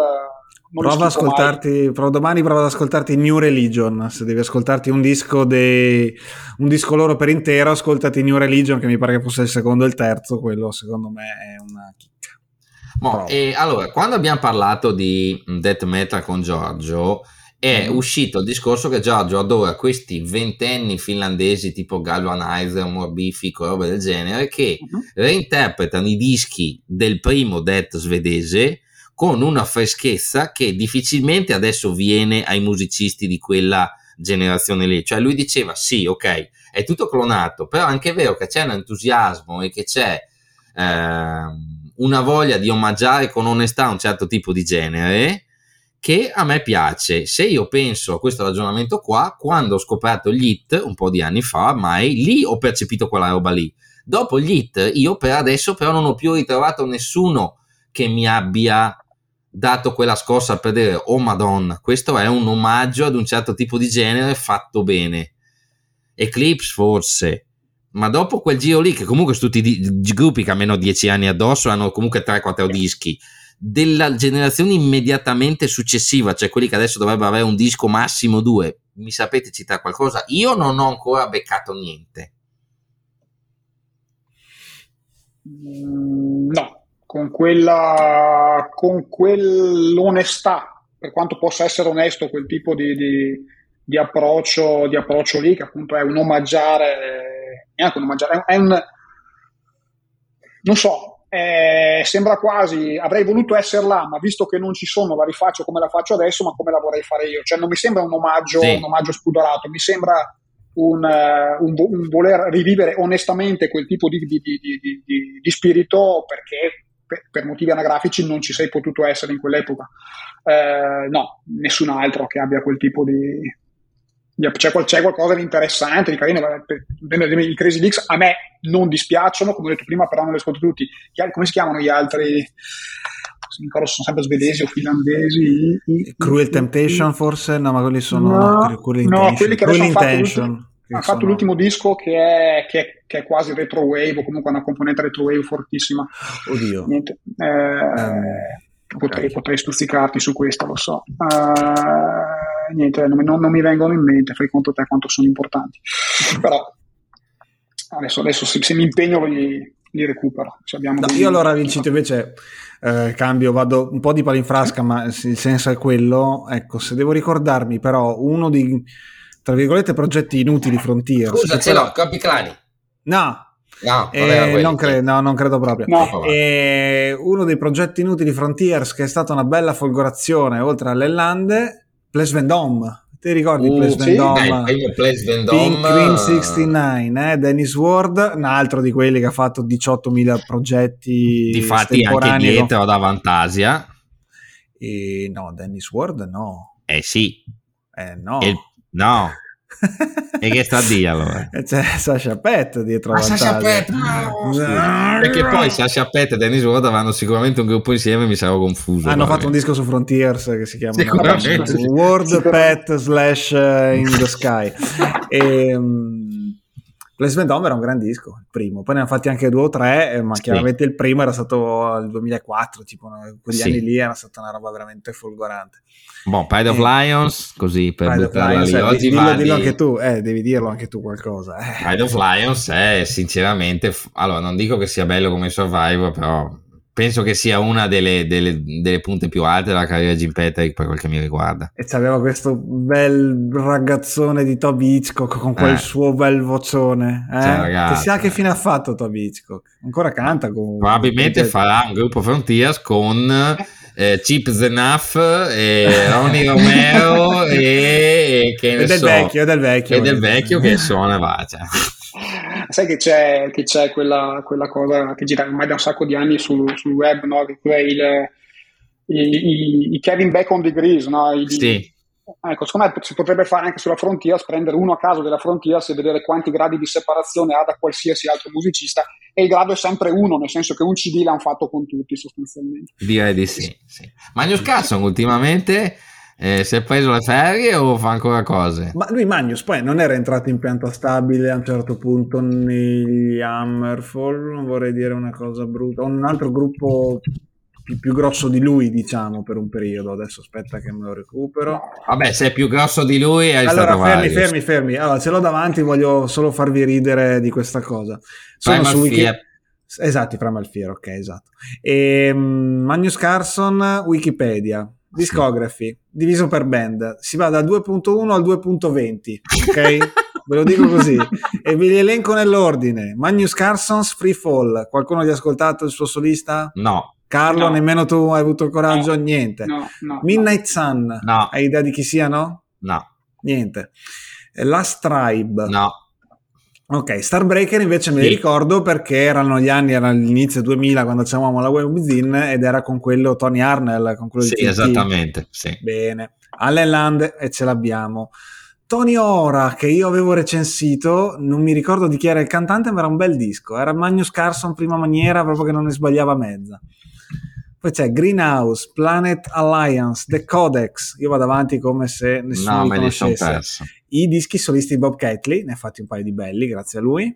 domani prova ad ascoltarti New Religion. Se devi ascoltarti un disco loro per intero, ascoltati New Religion, che mi pare che fosse il secondo e il terzo. Quello secondo me è una chicca. E allora, quando abbiamo parlato di death metal con Giorgio, è uscito il discorso che Giorgio adora questi ventenni finlandesi tipo Galvanizer, Morbifico, robe del genere, che reinterpretano i dischi del primo death svedese con una freschezza che difficilmente adesso viene ai musicisti di quella generazione lì. Cioè lui diceva sì, ok, è tutto clonato, però anche è vero che c'è un entusiasmo e che c'è una voglia di omaggiare con onestà un certo tipo di genere che a me piace. Se io penso a questo ragionamento qua, quando ho scoperto gli hit un po' di anni fa, ormai lì ho percepito quella roba lì. Dopo gli hit io per adesso però non ho più ritrovato nessuno che mi abbia dato quella scossa per dire oh madonna, questo è un omaggio ad un certo tipo di genere fatto bene. Eclipse forse, ma dopo quel giro lì, che comunque sono tutti gruppi che a meno 10 anni addosso hanno comunque 3-4 dischi della generazione immediatamente successiva, cioè quelli che adesso dovrebbero avere un disco massimo 2, mi sapete citare qualcosa? Io non ho ancora beccato niente. No, con quell'onestà, per quanto possa essere onesto quel tipo di approccio lì, che appunto è un omaggiare, neanche un omaggiare, è un, non so, sembra quasi, avrei voluto essere là, ma visto che non ci sono la rifaccio come la faccio adesso, ma come la vorrei fare io. Cioè non mi sembra un omaggio spudorato, mi sembra un voler rivivere onestamente quel tipo di spirito, perché per motivi anagrafici non ci sei potuto essere in quell'epoca. No, nessun altro che abbia quel tipo di c'è qualcosa di interessante, di carino. I Crazy Leaks a me non dispiacciono, come ho detto prima, però non li ascolto tutti. Come si chiamano gli altri? Mi ricordo, sono sempre svedesi o finlandesi. Cruel Temptation forse? No, ma quelli sono quelli che adesso hanno fatto l'ultimo disco che è quasi retro wave, o comunque una componente retro wave fortissima. Oddio. Niente. Potrei stuzzicarti su questo, lo so. Niente, non mi vengono in mente, fai conto te quanto sono importanti. Però adesso se mi impegno li recupero. Io allora, Vincito, invece cambio, vado un po' di palo in frasca, ma il senso è quello. Ecco, se devo ricordarmi però uno di, tra virgolette, progetti inutili Frontiers. Scusa, ce l'ho, Capiclani. No, non credo proprio. No. Uno dei progetti inutili Frontiers, che è stata una bella folgorazione oltre alle Lande, Place Vendôme. Ti ricordi Place Vendôme? Place Vendôme, Pink Cream 69, Dennis Ward, un altro di quelli che ha fatto 18.000 progetti difatti anche dietro da Fantasia. No, Dennis Ward no. Sì. No. No. E che sta a dire allora? C'è Sasha Pett dietro la Sasha Pett, perché poi Sasha Pett e Dennis Ward avranno sicuramente un gruppo insieme, mi sarò confuso. Hanno fatto un disco su Frontiers che si chiama World Pet / In the Sky. Place Vendôme era un gran disco, il primo, poi ne hanno fatti anche 2 o 3, ma Sì. chiaramente il primo era stato il 2004, tipo quegli Sì. anni lì era stata una roba veramente folgorante. Boh, Pride of Lions, così per Pride of buttarla Lions, lì. Oggi va dillo di anche tu, devi dirlo anche tu qualcosa. Pride of Lions è sinceramente, allora non dico che sia bello come Survivor, però penso che sia una delle punte più alte della carriera di Jim Patrick per quel che mi riguarda. E c'aveva questo bel ragazzone di Toby Hitchcock con quel suo bel vocione, ragazzo, che sa che fine ha fatto Toby Hitchcock, ancora canta comunque. Probabilmente farà un gruppo Frontiers con Chip Zenough e Ronnie Romero e che ne del so, vecchio, del vecchio che suona va, cioè. Sai che c'è quella cosa che gira ormai da un sacco di anni sul web, no? Che è i Kevin Bacon degrees, no? Sì. Ecco, secondo me si potrebbe fare anche sulla Frontiers, prendere uno a caso della Frontiers e vedere quanti gradi di separazione ha da qualsiasi altro musicista, e il grado è sempre uno, nel senso che un CD l'hanno fatto con tutti sostanzialmente. Direi di sì. Magnus Carlson ultimamente si è preso le ferie o fa ancora cose? Ma lui Magnus poi non era entrato in pianta stabile a un certo punto negli Hammerfall, non vorrei dire una cosa brutta, un altro gruppo più grosso di lui, diciamo, per un periodo. Adesso aspetta che me lo recupero. Vabbè, se è più grosso di lui è allora stato fermi. Allora, ce l'ho davanti, voglio solo farvi ridere di questa cosa. Sono su esatto, Primal Fear, ok, esatto. Magnus Carlson, Wikipedia, discography, diviso per band, si va dal 2.1 al 2.20, ok? Ve lo dico così e vi li elenco nell'ordine. Magnus Carlson's Free Fall, qualcuno ha ascoltato il suo solista? No. Carlo, no. Nemmeno tu hai avuto il coraggio? No. Niente. No. Midnight Sun? No. Hai idea di chi siano? No. Niente. Last Tribe? No. Ok, Starbreaker invece me li ricordo perché erano gli anni, era l'inizio 2000 quando c'avevamo la Webzin ed era con quello Tony Harnell, con quello di TNT. Esattamente, sì. Bene. Allen Land e ce l'abbiamo. Tony Ora, che io avevo recensito, non mi ricordo di chi era il cantante, ma era un bel disco, era Magnus Carlson prima maniera, proprio che non ne sbagliava mezza. Poi c'è Greenhouse, Planet Alliance, The Codex, io vado avanti come se nessuno li conoscesse. I dischi solisti di Bob Catley, ne ha fatti un paio di belli, grazie a lui.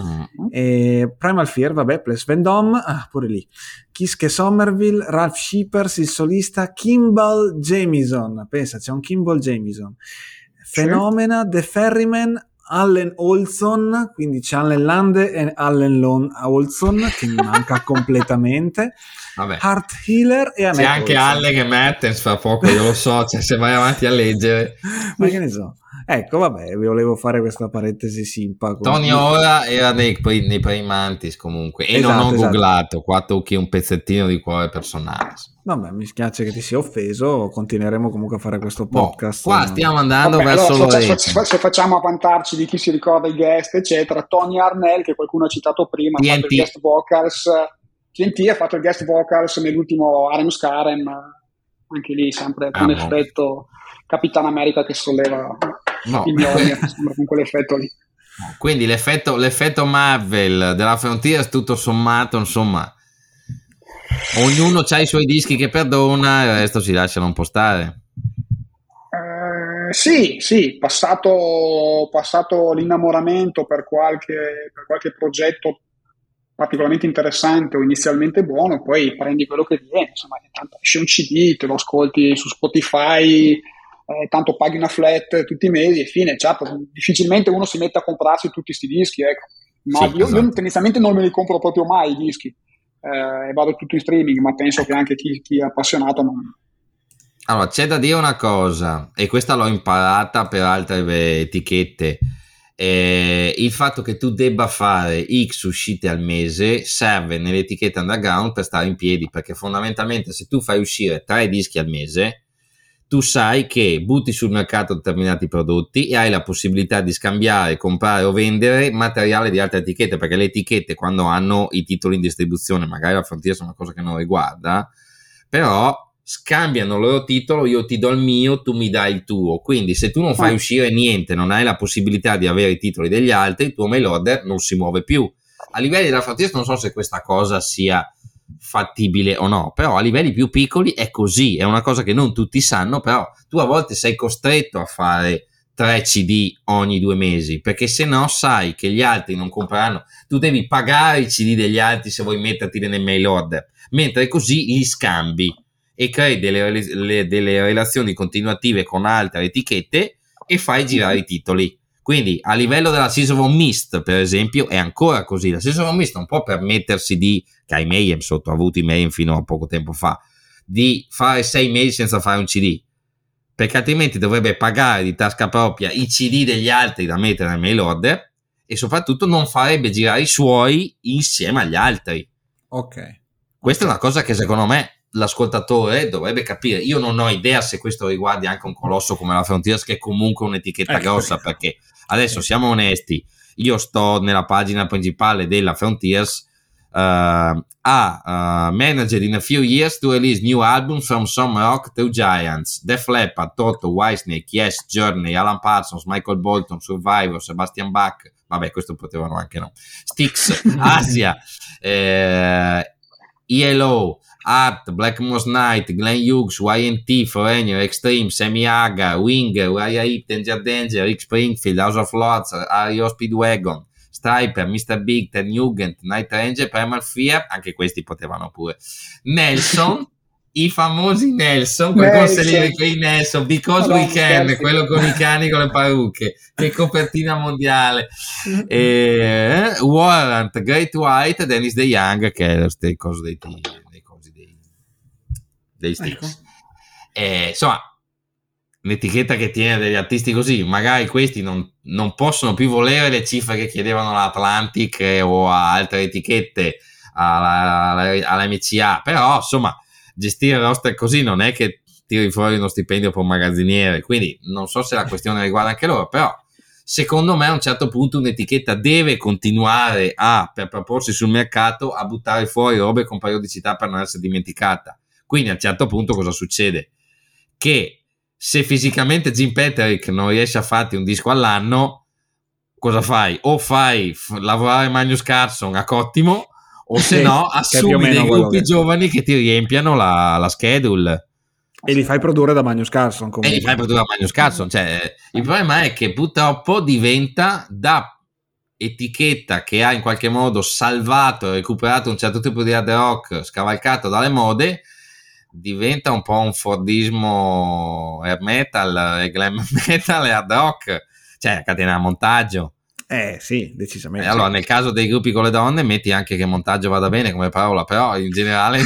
E Primal Fear, vabbè, Place Vendôme, pure lì. Kiske Somerville, Ralph Shippers, il solista, Kimball Jamieson, pensa, c'è un Kimball Jamieson. Fenomena, The Ferryman, Allen Olson, quindi c'è Allen Lande e Allen Olson che mi manca completamente. Vabbè. Heart Healer e Annette c'è anche Olson. Allen Mertens fra poco, io lo so, cioè, se vai avanti a leggere. Ma che ne so. Ecco, vabbè, vi volevo fare questa parentesi simpa. Tony Ora era nei primi Mantis comunque, e non ho googlato, qua tocchi un pezzettino di cuore personale. Vabbè, mi spiace che ti sia offeso, continueremo comunque a fare questo podcast. Qua stiamo andando verso se facciamo a vantarci di chi si ricorda i guest, eccetera, Tony Harnell, che qualcuno ha citato prima, ha fatto il guest vocals, TNT ha fatto il guest vocals nell'ultimo Arem Scarem, anche lì sempre con effetto Capitan America che solleva il Mjolnir, con quell'effetto lì. Quindi l'effetto Marvel della Frontiers, tutto sommato, insomma, ognuno ha i suoi dischi che perdona, il resto si lasciano un po' stare. Sì, passato l'innamoramento per qualche progetto particolarmente interessante o inizialmente buono, poi prendi quello che viene, insomma, tanto esce un CD, te lo ascolti su Spotify, tanto paghi una flat tutti i mesi e fine, certo, difficilmente uno si mette a comprarsi tutti questi dischi, ecco. Ma sì, io tendenzialmente non me li compro proprio mai i dischi, e vado tutto in streaming, ma penso che anche chi è appassionato non... Allora, c'è da dire una cosa, e questa l'ho imparata per altre etichette, il fatto che tu debba fare X uscite al mese serve nelle etichette underground per stare in piedi, perché fondamentalmente se tu fai uscire 3 dischi al mese, tu sai che butti sul mercato determinati prodotti e hai la possibilità di scambiare, comprare o vendere materiale di altre etichette, perché le etichette quando hanno i titoli in distribuzione, magari la Frontiers è una cosa che non riguarda, però scambiano il loro titolo, io ti do il mio, tu mi dai il tuo, quindi se tu non fai uscire niente, non hai la possibilità di avere i titoli degli altri, il tuo mail order non si muove più. A livelli della Frontiers non so se questa cosa sia fattibile o no, però a livelli più piccoli è così, è una cosa che non tutti sanno, però tu a volte sei costretto a fare 3 CD ogni 2 mesi, perché se no sai che gli altri non compreranno. Tu devi pagare i CD degli altri se vuoi metterti nel mail order, mentre così li scambi e crei delle relazioni continuative con altre etichette e fai girare i titoli. Quindi a livello della Season of Mist, per esempio, è ancora così. La Season of Mist non può permettersi che ai Mayhem, sotto ha avuto i Mayhem fino a poco tempo fa, di fare 6 mesi senza fare un CD, perché altrimenti dovrebbe pagare di tasca propria i CD degli altri da mettere nel mail order e soprattutto non farebbe girare i suoi insieme agli altri. Ok. Questa è una cosa che secondo me l'ascoltatore dovrebbe capire. Io non ho idea se questo riguardi anche un colosso come la Frontiers, che è comunque un'etichetta grossa, perché adesso siamo onesti, io sto nella pagina principale della Frontiers, managed in a few years to release new albums from some rock to giants: Def Leppard, Toto, Whitesnake, Yes, Journey, Alan Parsons, Michael Bolton, Survivor, Sebastian Bach, vabbè questo potevano anche no, Styx, Asia, ELO, Art, Black Moss Night, Glenn Hughes, YNT, Foreigner, Extreme, Sammy Hagar, Winger, Uriah Heep, Danger, Rick Springfield, House of Lords, REO Speedwagon, Striper, Mr. Big, Ted Nugent, Night Ranger, Primal Fear, anche questi potevano pure, Nelson, i famosi Nelson, qualcuno se li ricorda, Nelson, Because We Can, quello con i cani con le parrucche, che copertina mondiale, Warrant, Great White, Dennis the Young, che è lo stesso coso dei Styx. Insomma, un'etichetta che tiene degli artisti così, magari questi non possono più volere le cifre che chiedevano all'Atlantic o a altre etichette, alla MCA, però insomma gestire roster così non è che tiri fuori uno stipendio per un magazziniere, quindi non so se la questione riguarda anche loro, però secondo me a un certo punto un'etichetta deve continuare per proporsi sul mercato a buttare fuori robe con periodicità per non essere dimenticata. Quindi a un certo punto cosa succede? Che se fisicamente Jim Peterick non riesce a farti un disco all'anno, cosa fai? O fai lavorare Magnus Carlson a cottimo, o se no assumi dei gruppi giovani che ti riempiano la schedule. E li fai produrre da Magnus Carlson. Cioè, il problema è che purtroppo diventa, da etichetta che ha in qualche modo salvato e recuperato un certo tipo di hard rock scavalcato dalle mode, diventa un po' un fordismo air metal e glam metal e hard rock, cioè catena montaggio. Sì, decisamente. Allora, nel caso dei gruppi con le donne, metti anche che montaggio vada bene come parola, però in generale.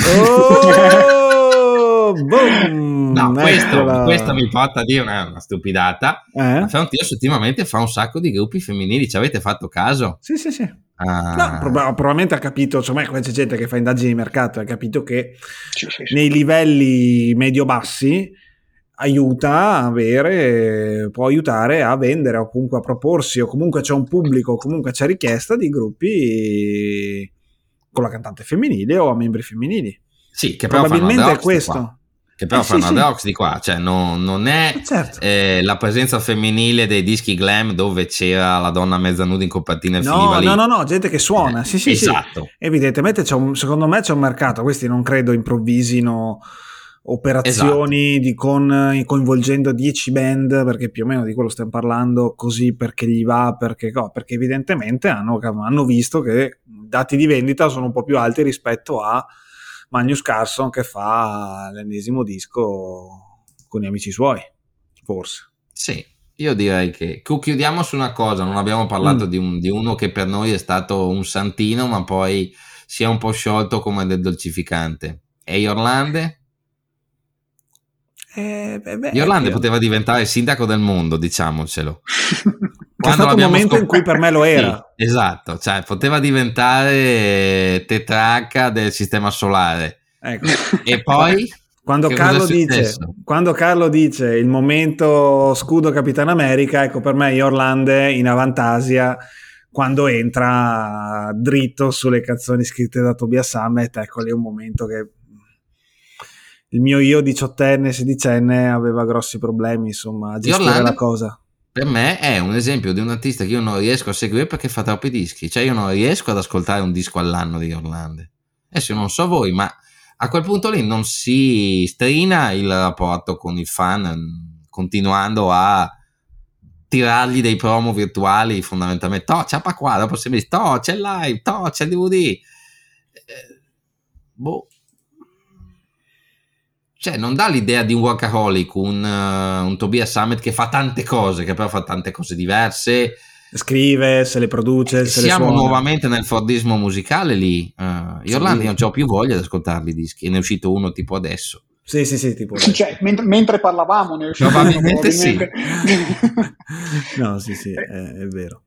Boom, no, questo mi porta a dire una stupidata. La Frontiers ultimamente fa un sacco di gruppi femminili, ci avete fatto caso? Sì. No, probabilmente ha capito, insomma, c'è gente che fa indagini di mercato, ha capito che nei livelli medio-bassi può aiutare a vendere o comunque a proporsi, o comunque c'è un pubblico, o comunque c'è richiesta di gruppi con la cantante femminile o a membri femminili. Sì, che probabilmente è questo. Che però fanno ad hoc di qua, cioè non è la presenza femminile dei dischi glam dove c'era la donna mezza nuda in copertina e finiva lì. No, gente che suona, sì. Esatto. Evidentemente secondo me c'è un mercato, questi non credo improvvisino operazioni coinvolgendo 10 band, perché più o meno di quello stiamo parlando, così perché gli va, perché evidentemente hanno visto che i dati di vendita sono un po' più alti rispetto a Magnus Carlson che fa l'ennesimo disco con gli amici suoi, forse. Sì, io direi che chiudiamo su una cosa, non abbiamo parlato di uno che per noi è stato un santino ma poi si è un po' sciolto come del dolcificante. E Orlando? Orlando poteva diventare sindaco del mondo, diciamocelo. È stato un momento in cui per me lo era. Sì, esatto, cioè poteva diventare tetrarca del sistema solare. Ecco. E poi quando Carlo dice il momento scudo Capitan America, ecco, per me Orlando in Avantasia, quando entra dritto sulle canzoni scritte da Tobias Sammet, ecco lì è un momento che il mio io 18enne, 16enne aveva grossi problemi, insomma, a gestire la cosa. Per me è un esempio di un artista che io non riesco a seguire perché fa troppi dischi, cioè io non riesco ad ascoltare un disco all'anno di Orlando. Adesso non so voi, ma a quel punto lì non si strina il rapporto con il fan continuando a tirargli dei promo virtuali fondamentalmente. Ciapa qua, dopo si vede, c'è il live, c'è il DVD. Cioè, non dà l'idea di un workaholic, un Tobias Sammet che fa tante cose, che però fa tante cose diverse. Scrive, se le produce, se le suona. Siamo nuovamente nel fordismo musicale lì. Orlando, io non ho più voglia di ascoltarli i dischi, ne è uscito uno tipo adesso. Sì, tipo. Cioè, mentre parlavamo ne è uscito probabilmente sì. No, sì, è vero.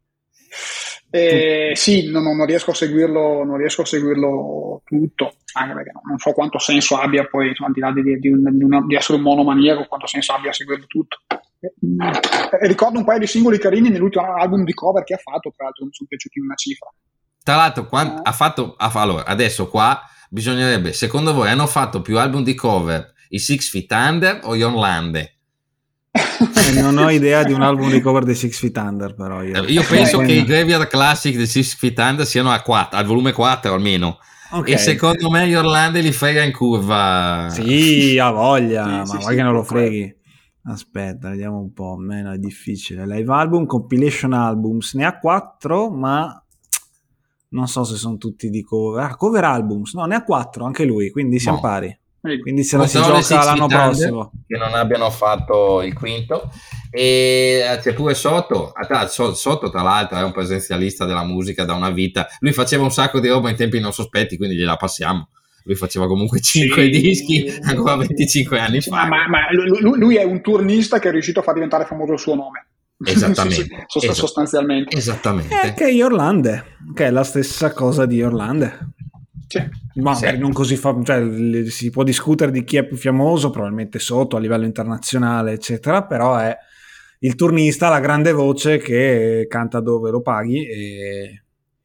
Sì, non riesco a seguirlo tutto, anche perché non so quanto senso abbia poi, al di là di essere un monomaniaco, quanto senso abbia a seguirlo tutto. Ricordo un paio di singoli carini nell'ultimo album di cover che ha fatto, tra l'altro mi sono piaciuti una cifra. Tra l'altro allora, adesso qua bisognerebbe, secondo voi hanno fatto più album di cover i Six Feet Under o gli Orlande? Non ho idea di un album di cover dei Six Feet Under, però io penso che i Graveyard Classic dei Six Feet Under siano al volume 4 almeno. Okay. E secondo me gli Orlando li frega in curva. Sì, ha voglia, ma vuoi che non lo freghi? Aspetta, vediamo un po', meno è difficile. Live album, compilation albums, ne ha 4, ma non so se sono tutti di cover. Cover albums, no, ne ha 4 anche lui, quindi siamo pari. Quindi se la si gioca l'anno prossimo. Che non abbiano fatto il quinto. E c'è pure Sotto, tra l'altro è un presenzialista della musica da una vita. Lui faceva un sacco di roba in tempi non sospetti, quindi gliela passiamo. Lui faceva comunque 5 dischi ancora 25 anni fa. Ma lui è un turnista che è riuscito a far diventare famoso il suo nome. Esattamente. Sostanzialmente. Esattamente. Che è Orlande, che è la stessa cosa di Orlande. Magari non così cioè, si può discutere di chi è più famoso, probabilmente Sotto a livello internazionale, eccetera, però è il turnista, la grande voce che canta dove lo paghi. E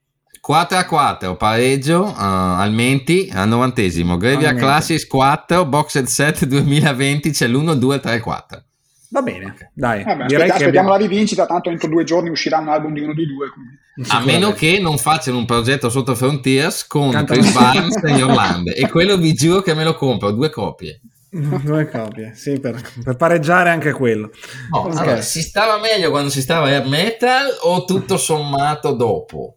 4-4 pareggio al Menti al 90esimo. Graveyard Classics 4 Boxed Set 2020, c'è l'1, 2, 3, 4. Va bene, dai. Aspettiamo la rivincita, tanto entro 2 giorni uscirà un album di uno di due. A meno che non facciano un progetto sotto Frontiers con Chris Barnes e gli Orlando, e quello vi giuro che me lo compro, 2 copie. 2 copie, sì, per pareggiare anche quello. Allora, si stava meglio quando si stava air metal o tutto sommato dopo?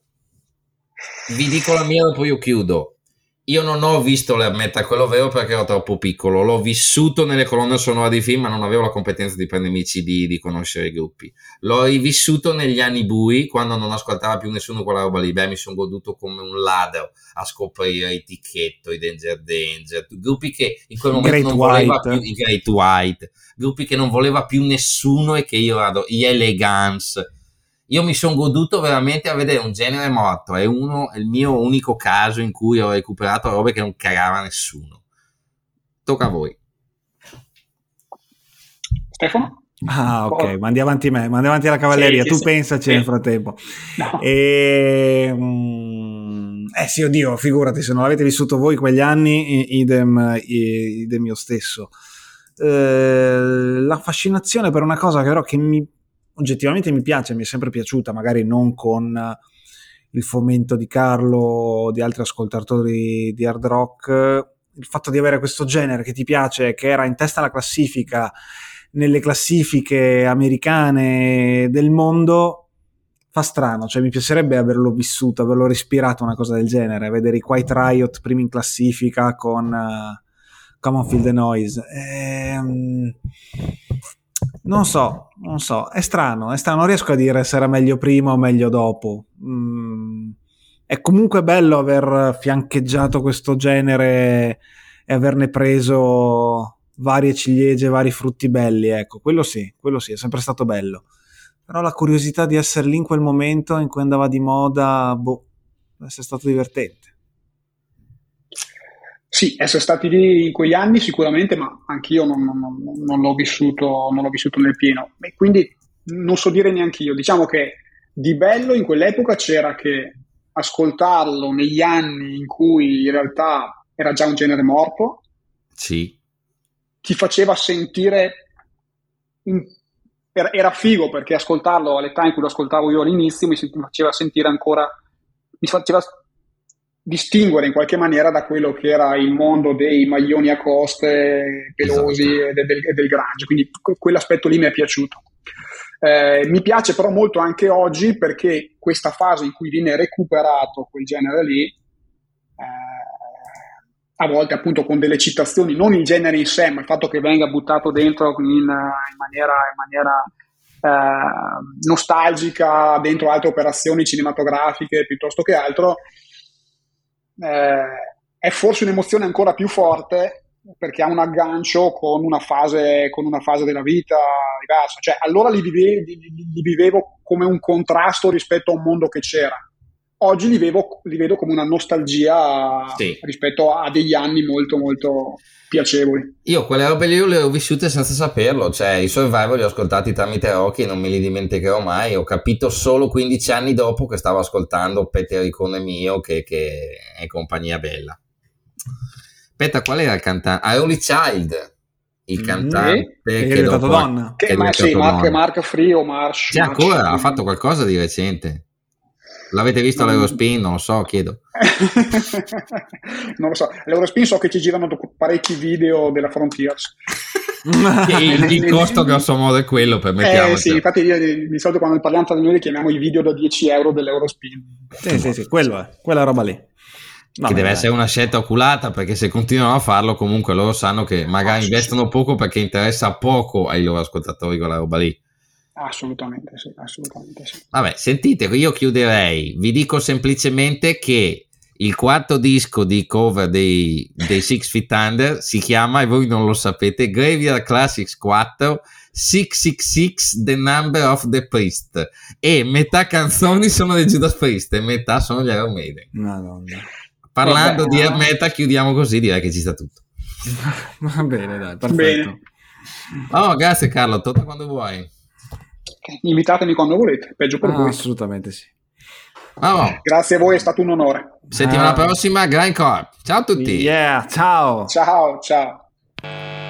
Vi dico la mia, dopo io chiudo. Io non ho visto l'air metal, quello vero, perché ero troppo piccolo. L'ho vissuto nelle colonne sonore di film, ma non avevo la competenza di prendermi i CD, di conoscere i gruppi. L'ho rivissuto negli anni bui, quando non ascoltava più nessuno quella roba lì. Mi sono goduto come un ladro a scoprire i Ticchetto, i Danger, gruppi che in quel momento non voleva più, i Great White, gruppi che non voleva più nessuno e che io adoro, gli Elegance. Io mi sono goduto veramente a vedere un genere morto, è il mio unico caso in cui ho recuperato robe che non cagava nessuno. Tocca a voi. Stefano? Ok, mandi avanti la cavalleria, tu pensaci nel frattempo. No. Sì, oddio, figurati, se non l'avete vissuto voi quegli anni, idem io stesso. La fascinazione per una cosa che oggettivamente mi piace, mi è sempre piaciuta, magari non con il fomento di Carlo o di altri ascoltatori di hard rock, il fatto di avere questo genere che ti piace, che era in testa alla classifica, nelle classifiche americane del mondo, fa strano, cioè mi piacerebbe averlo vissuto, averlo respirato, una cosa del genere, vedere i Quiet Riot primi in classifica con Come on Feel the Noise. Non so, è strano, non riesco a dire se era meglio prima o meglio dopo. È comunque bello aver fiancheggiato questo genere e averne preso varie ciliegie, vari frutti belli, ecco, quello sì, è sempre stato bello. Però la curiosità di essere lì in quel momento in cui andava di moda, deve essere stato divertente. Sì, essere stati lì in quegli anni sicuramente, ma anch'io non l'ho vissuto nel pieno. E quindi non so dire neanche io. Diciamo che di bello in quell'epoca c'era che ascoltarlo negli anni in cui in realtà era già un genere morto, sì, ti faceva sentire era figo, perché ascoltarlo all'età in cui lo ascoltavo io all'inizio mi faceva sentire ancora, mi faceva distinguere in qualche maniera da quello che era il mondo dei maglioni a coste pelosi, esatto, e del grunge, quindi quell'aspetto lì mi è piaciuto. Mi piace però molto anche oggi, perché questa fase in cui viene recuperato quel genere lì, a volte appunto con delle citazioni, non il genere in sé, ma il fatto che venga buttato dentro in maniera nostalgica dentro altre operazioni cinematografiche piuttosto che altro, è forse un'emozione ancora più forte, perché ha un aggancio con una fase della vita diversa. Cioè, allora li vivevo come un contrasto rispetto a un mondo che c'era. Oggi li vedo come una nostalgia, sì, rispetto a degli anni molto molto piacevoli. Io quelle robe lì le ho vissute senza saperlo, cioè i Survivor li ho ascoltati tramite Rocky, non me li dimenticherò mai. Ho capito solo 15 anni dopo che stavo ascoltando Petericone mio, che è compagnia bella. Aspetta, qual era il cantante? Only Child, il cantante che è che diventato dopo donna. che è diventato donna. Mark Free o Marsh. C'è ancora, ha fatto qualcosa di recente. L'avete visto all'Eurospin? Non lo so, chiedo. Non lo so, all'Eurospin so che ci girano parecchi video della Frontiers. Il costo grosso modo è quello, permettiamoci. Sì, infatti di solito quando parliamo tra di noi li chiamiamo i video da 10 euro dell'Eurospin. Sì, quella roba lì. Che deve essere una scelta oculata, perché se continuano a farlo comunque loro sanno che magari investono poco perché interessa poco ai loro ascoltatori quella roba lì. Assolutamente sì. Vabbè, sentite, io chiuderei, vi dico semplicemente che il quarto disco di cover dei Six Feet Under si chiama, e voi non lo sapete, Graveyard Classics 4 666 The Number of the Priest, e metà canzoni sono dei Judas Priest e metà sono gli Iron Maiden. Madonna. Parlando di Air Metal, chiudiamo così, direi che ci sta tutto. Va bene, dai, perfetto. Bene. Oh, grazie Carlo, torna quando vuoi. Invitatemi quando volete, peggio per voi. Assolutamente sì. Oh. Grazie a voi, è stato un onore. Settimana prossima, Grind Corp. Ciao a tutti. Yeah, ciao. Ciao.